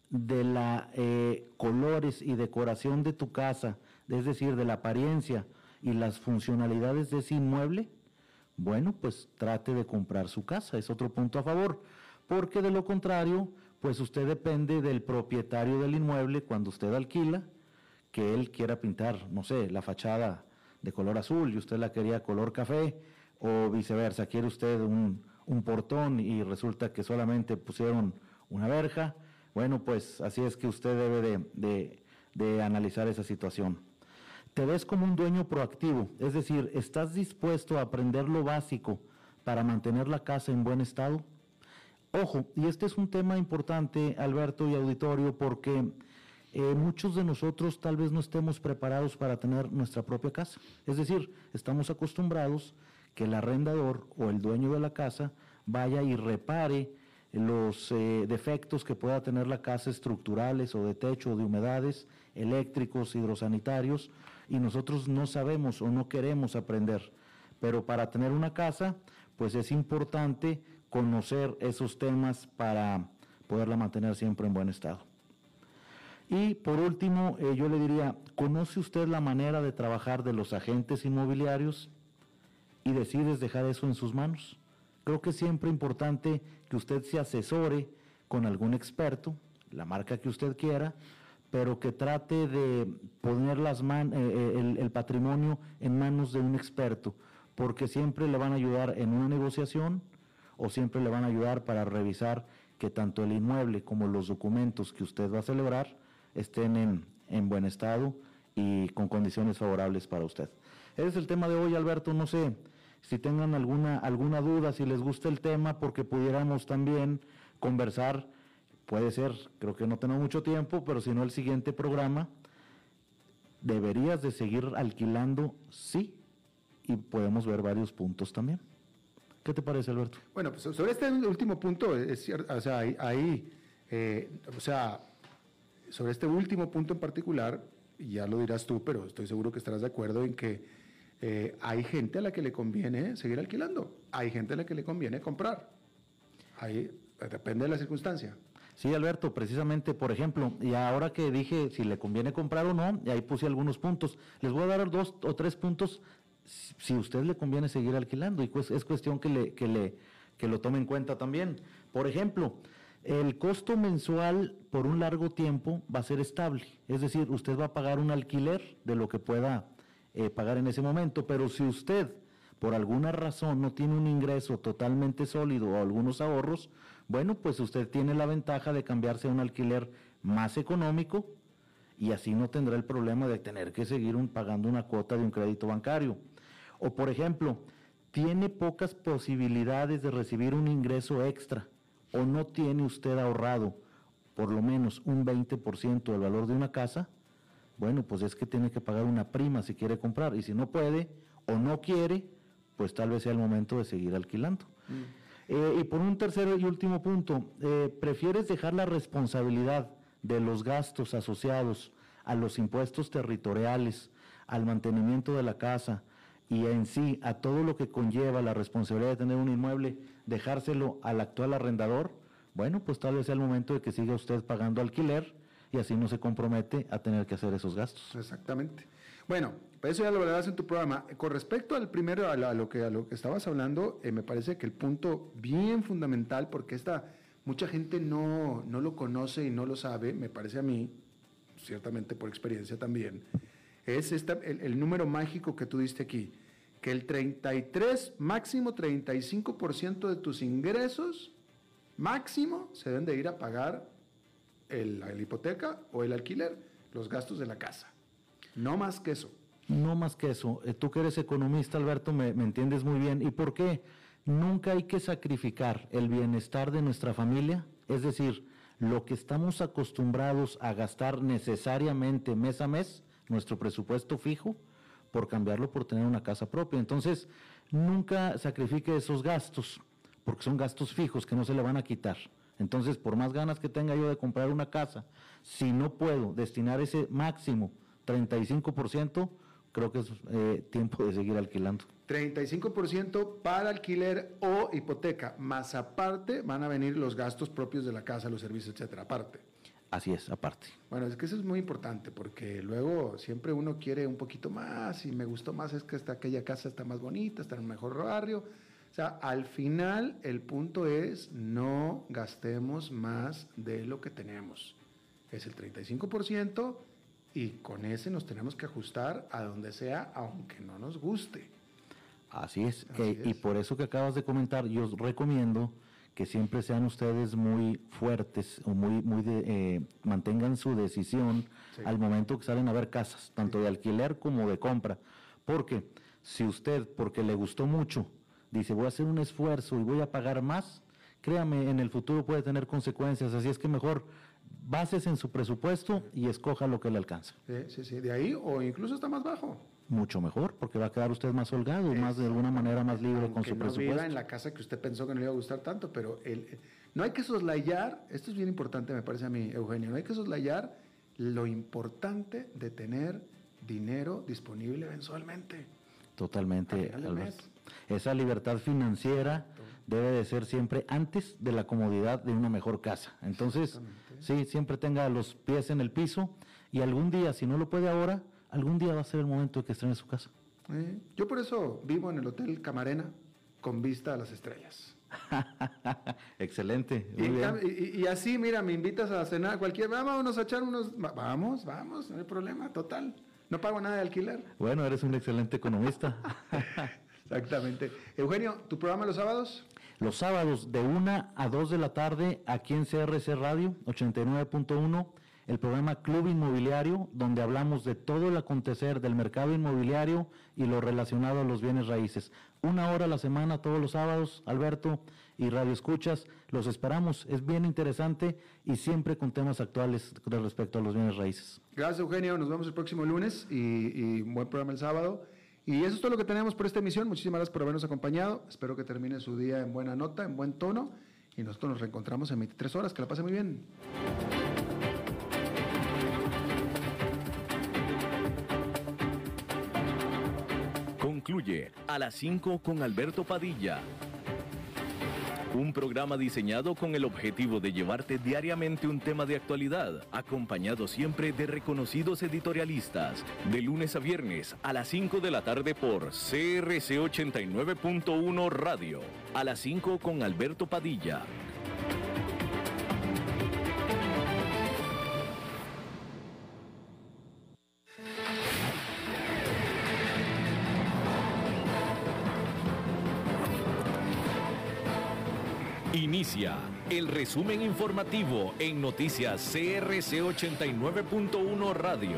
F: de la colores y decoración de tu casa, es decir, de la apariencia y las funcionalidades de ese inmueble, bueno, pues trate de comprar su casa, es otro punto a favor, porque de lo contrario, pues usted depende del propietario del inmueble cuando usted alquila, que él quiera pintar, no sé, la fachada de color azul y usted la quería color café, o viceversa, quiere usted un portón y resulta que solamente pusieron una verja. Bueno, pues así es que usted debe de analizar esa situación. Te ves como un dueño proactivo, es decir, ¿estás dispuesto a aprender lo básico para mantener la casa en buen estado? Ojo, y este es un tema importante, Alberto y auditorio, porque muchos de nosotros tal vez no estemos preparados para tener nuestra propia casa. Es decir, estamos acostumbrados que el arrendador o el dueño de la casa vaya y repare los defectos que pueda tener la casa, estructurales o de techo o de humedades, eléctricos, hidrosanitarios, y nosotros no sabemos o no queremos aprender. Pero para tener una casa, pues es importante conocer esos temas para poderla mantener siempre en buen estado. Y por último, yo le diría, ¿conoce usted la manera de trabajar de los agentes inmobiliarios y decides dejar eso en sus manos? Creo que es siempre importante que usted se asesore con algún experto, la marca que usted quiera, pero que trate de poner el patrimonio en manos de un experto, porque siempre le van a ayudar en una negociación o siempre le van a ayudar para revisar que tanto el inmueble como los documentos que usted va a celebrar estén en buen estado y con condiciones favorables para usted. Ese es el tema de hoy, Alberto. No sé si tengan alguna duda, si les gusta el tema, porque pudiéramos también conversar, puede ser, creo que no tenemos mucho tiempo, pero si no el siguiente programa, ¿deberías de seguir alquilando? Sí, y podemos ver varios puntos también. ¿Qué te parece, Alberto?
C: Bueno, pues sobre este último punto, es cierto, o sea, sobre este último punto en particular, ya lo dirás tú, pero estoy seguro que estarás de acuerdo en que hay gente a la que le conviene seguir alquilando, hay gente a la que le conviene comprar. Ahí depende de la circunstancia.
F: Sí, Alberto, precisamente, por ejemplo, y ahora que dije si le conviene comprar o no, y ahí puse algunos puntos. Les voy a dar 2 o 3 puntos si a usted le conviene seguir alquilando, y pues es cuestión que lo tome en cuenta también. Por ejemplo, el costo mensual por un largo tiempo va a ser estable, es decir, usted va a pagar un alquiler de lo que pueda pagar en ese momento, pero si usted por alguna razón no tiene un ingreso totalmente sólido o algunos ahorros, bueno, pues usted tiene la ventaja de cambiarse a un alquiler más económico y así no tendrá el problema de tener que seguir pagando una cuota de un crédito bancario. O por ejemplo, tiene pocas posibilidades de recibir un ingreso extra o no tiene usted ahorrado por lo menos un 20% del valor de una casa, bueno, pues es que tiene que pagar una prima si quiere comprar, y si no puede o no quiere, pues tal vez sea el momento de seguir alquilando. Y por un tercero y último punto, ¿prefieres dejar la responsabilidad de los gastos asociados a los impuestos territoriales, al mantenimiento de la casa y en sí a todo lo que conlleva la responsabilidad de tener un inmueble, dejárselo al actual arrendador? Bueno, pues tal vez sea el momento de que siga usted pagando alquiler y así no se compromete a tener que hacer esos gastos.
C: Exactamente. Bueno, eso ya lo verás en tu programa. Con respecto al primero, a lo que estabas hablando, me parece que el punto bien fundamental, porque mucha gente no lo conoce y no lo sabe, me parece a mí, ciertamente por experiencia también, es el número mágico que tú diste aquí, que el 33, máximo 35% de tus ingresos, máximo, se deben de ir a pagar la hipoteca o el alquiler, los gastos de la casa. No más que eso.
F: No más que eso. Tú que eres economista, Alberto, me entiendes muy bien. ¿Y por qué? Nunca hay que sacrificar el bienestar de nuestra familia, es decir, lo que estamos acostumbrados a gastar necesariamente mes a mes, nuestro presupuesto fijo, por cambiarlo por tener una casa propia. Entonces, nunca sacrifique esos gastos, porque son gastos fijos que no se le van a quitar. Entonces, por más ganas que tenga yo de comprar una casa, si no puedo destinar ese máximo 35%, creo que es tiempo de seguir alquilando.
C: 35% para alquiler o hipoteca, más aparte van a venir los gastos propios de la casa, los servicios, etcétera, aparte.
F: Así es, aparte.
C: Bueno, es que eso es muy importante porque luego siempre uno quiere un poquito más y me gustó más, es que aquella casa está más bonita, está en un mejor barrio. O sea, al final el punto es no gastemos más de lo que tenemos. Es el 35% y con ese nos tenemos que ajustar a donde sea, aunque no nos guste.
F: Así es.
C: Así es.
F: Y por eso que acabas de comentar, yo os recomiendo que siempre sean ustedes muy fuertes o mantengan su decisión al momento que salen a ver casas, tanto de alquiler como de compra. Porque si usted, porque le gustó mucho, dice voy a hacer un esfuerzo y voy a pagar más, créame, en el futuro puede tener consecuencias, así es que mejor bases en su presupuesto y escoja lo que le alcanza.
C: Sí, de ahí o incluso está más bajo.
F: Mucho mejor, porque va a quedar usted más holgado, más de alguna manera más libre con su
C: no
F: presupuesto.
C: Viva en la casa que usted pensó que no le iba a gustar tanto, pero no hay que soslayar, esto es bien importante me parece a mí, Eugenio, no hay que soslayar lo importante de tener dinero disponible mensualmente.
F: Totalmente, Alberto. Esa libertad financiera debe de ser siempre antes de la comodidad de una mejor casa. Entonces, sí, siempre tenga los pies en el piso y algún día, si no lo puede ahora, algún día va a ser el momento de que estrene su casa.
C: Yo por eso vivo en el Hotel Camarena con vista a las estrellas.
F: Excelente. Muy bien.
C: Y así, mira, me invitas a cenar vámonos a echar unos, vamos, no hay problema, total. No pago nada de alquiler.
F: Bueno, eres un excelente economista.
C: Exactamente. Eugenio, ¿tu programa los sábados?
F: Los sábados de 1 a 2 de la tarde aquí en CRC Radio 89.1, el programa Club Inmobiliario, donde hablamos de todo el acontecer del mercado inmobiliario y lo relacionado a los bienes raíces. 1 hora a la semana, todos los sábados, Alberto y Radio Escuchas, los esperamos. Es bien interesante y siempre con temas actuales respecto a los bienes raíces.
C: Gracias, Eugenio. Nos vemos el próximo lunes y un buen programa el sábado. Y eso es todo lo que tenemos por esta emisión. Muchísimas gracias por habernos acompañado. Espero que termine su día en buena nota, en buen tono. Y nosotros nos reencontramos en 23 horas. Que la pase muy bien.
A: Concluye A las 5 con Alberto Padilla. Un programa diseñado con el objetivo de llevarte diariamente un tema de actualidad, acompañado siempre de reconocidos editorialistas, de lunes a viernes a las 5 de la tarde por CRC 89.1 Radio. A las 5 con Alberto Padilla. Inicia el resumen informativo en Noticias CRC 89.1 Radio.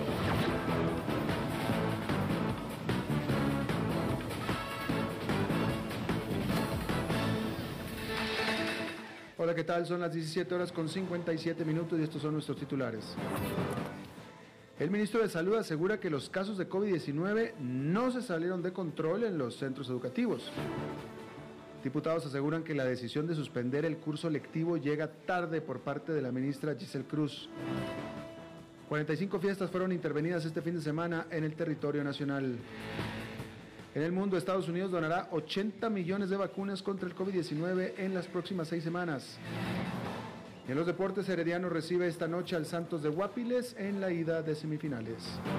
C: Hola, ¿qué tal? Son las 17 horas con 57 minutos y estos son nuestros titulares. El ministro de Salud asegura que los casos de COVID-19 no se salieron de control en los centros educativos. Diputados aseguran que la decisión de suspender el curso lectivo llega tarde por parte de la ministra Giselle Cruz. 45 fiestas fueron intervenidas este fin de semana en el territorio nacional. En el mundo, Estados Unidos donará 80 millones de vacunas contra el COVID-19 en las próximas 6 semanas. En los deportes, Herediano recibe esta noche al Santos de Guapiles en la ida de semifinales.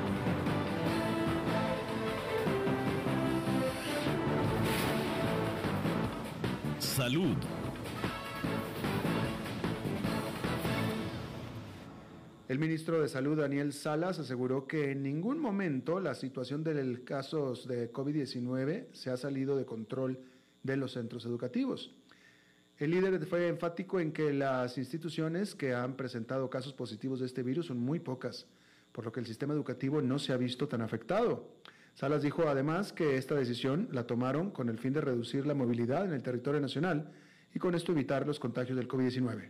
A: Salud.
C: El ministro de Salud, Daniel Salas, aseguró que en ningún momento la situación de los casos de COVID-19 se ha salido de control de los centros educativos. El líder fue enfático en que las instituciones que han presentado casos positivos de este virus son muy pocas, por lo que el sistema educativo no se ha visto tan afectado. Salas dijo además que esta decisión la tomaron con el fin de reducir la movilidad en el territorio nacional y con esto evitar los contagios del COVID-19.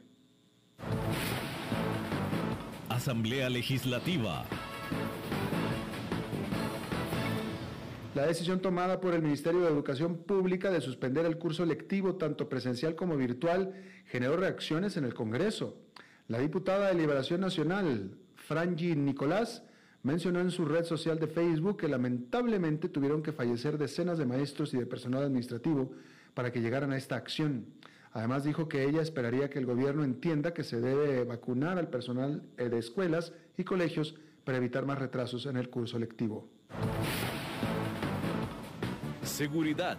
A: Asamblea Legislativa.
C: La decisión tomada por el Ministerio de Educación Pública de suspender el curso lectivo tanto presencial como virtual generó reacciones en el Congreso. La diputada de Liberación Nacional, Frangi Nicolás, mencionó en su red social de Facebook que lamentablemente tuvieron que fallecer decenas de maestros y de personal administrativo para que llegaran a esta acción. Además dijo que ella esperaría que el gobierno entienda que se debe vacunar al personal de escuelas y colegios para evitar más retrasos en el curso lectivo.
A: Seguridad.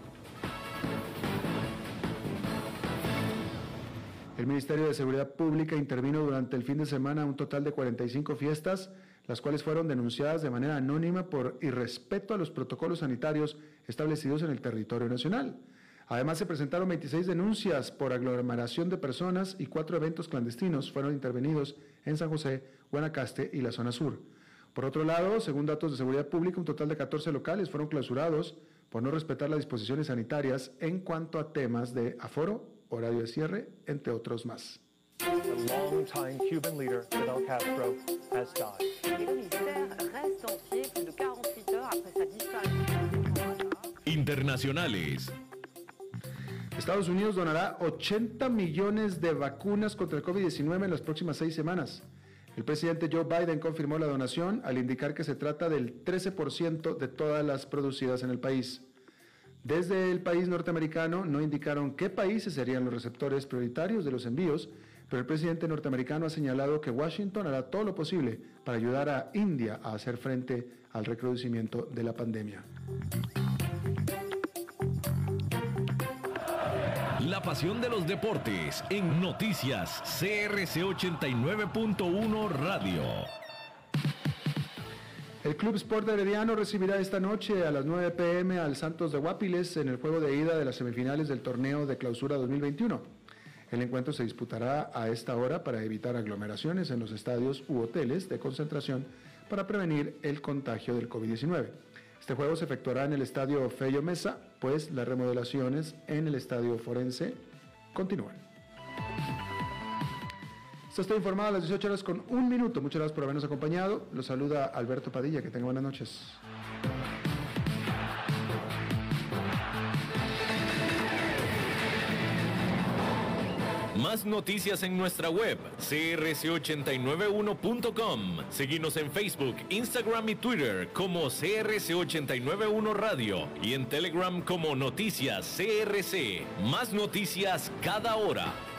C: El Ministerio de Seguridad Pública intervino durante el fin de semana un total de 45 fiestas, las cuales fueron denunciadas de manera anónima por irrespeto a los protocolos sanitarios establecidos en el territorio nacional. Además, se presentaron 26 denuncias por aglomeración de personas y 4 eventos clandestinos fueron intervenidos en San José, Guanacaste y la zona sur. Por otro lado, según datos de seguridad pública, un total de 14 locales fueron clausurados por no respetar las disposiciones sanitarias en cuanto a temas de aforo, horario de cierre, entre otros más.
G: The long-time Cuban leader Fidel Castro has died.
H: Les commissaires restent entiers plus de 48 heures après sa disparition.
A: Internacionales.
C: Estados Unidos donará 80 millones de vacunas contra el COVID-19 en las próximas 6 semanas. El presidente Joe Biden confirmó la donación al indicar que se trata del 13% de todas las producidas en el país. Desde el país norteamericano no indicaron qué países serían los receptores prioritarios de los envíos, pero el presidente norteamericano ha señalado que Washington hará todo lo posible para ayudar a India a hacer frente al recrudecimiento de la pandemia.
A: La pasión de los deportes en Noticias CRC 89.1 Radio.
C: El Club Sport Herediano recibirá esta noche a las 9 p.m. al Santos de Guapiles en el juego de ida de las semifinales del torneo de clausura 2021. El encuentro se disputará a esta hora para evitar aglomeraciones en los estadios u hoteles de concentración para prevenir el contagio del COVID-19. Este juego se efectuará en el estadio Fello Mesa, pues las remodelaciones en el estadio Forense continúan. Estoy informado a las 18 horas con 1 minuto. Muchas gracias por habernos acompañado. Los saluda Alberto Padilla. Que tengan buenas noches.
A: Más noticias en nuestra web, crc891.com. Seguinos en Facebook, Instagram y Twitter como CRC891 Radio y en Telegram como Noticias CRC. Más noticias cada hora.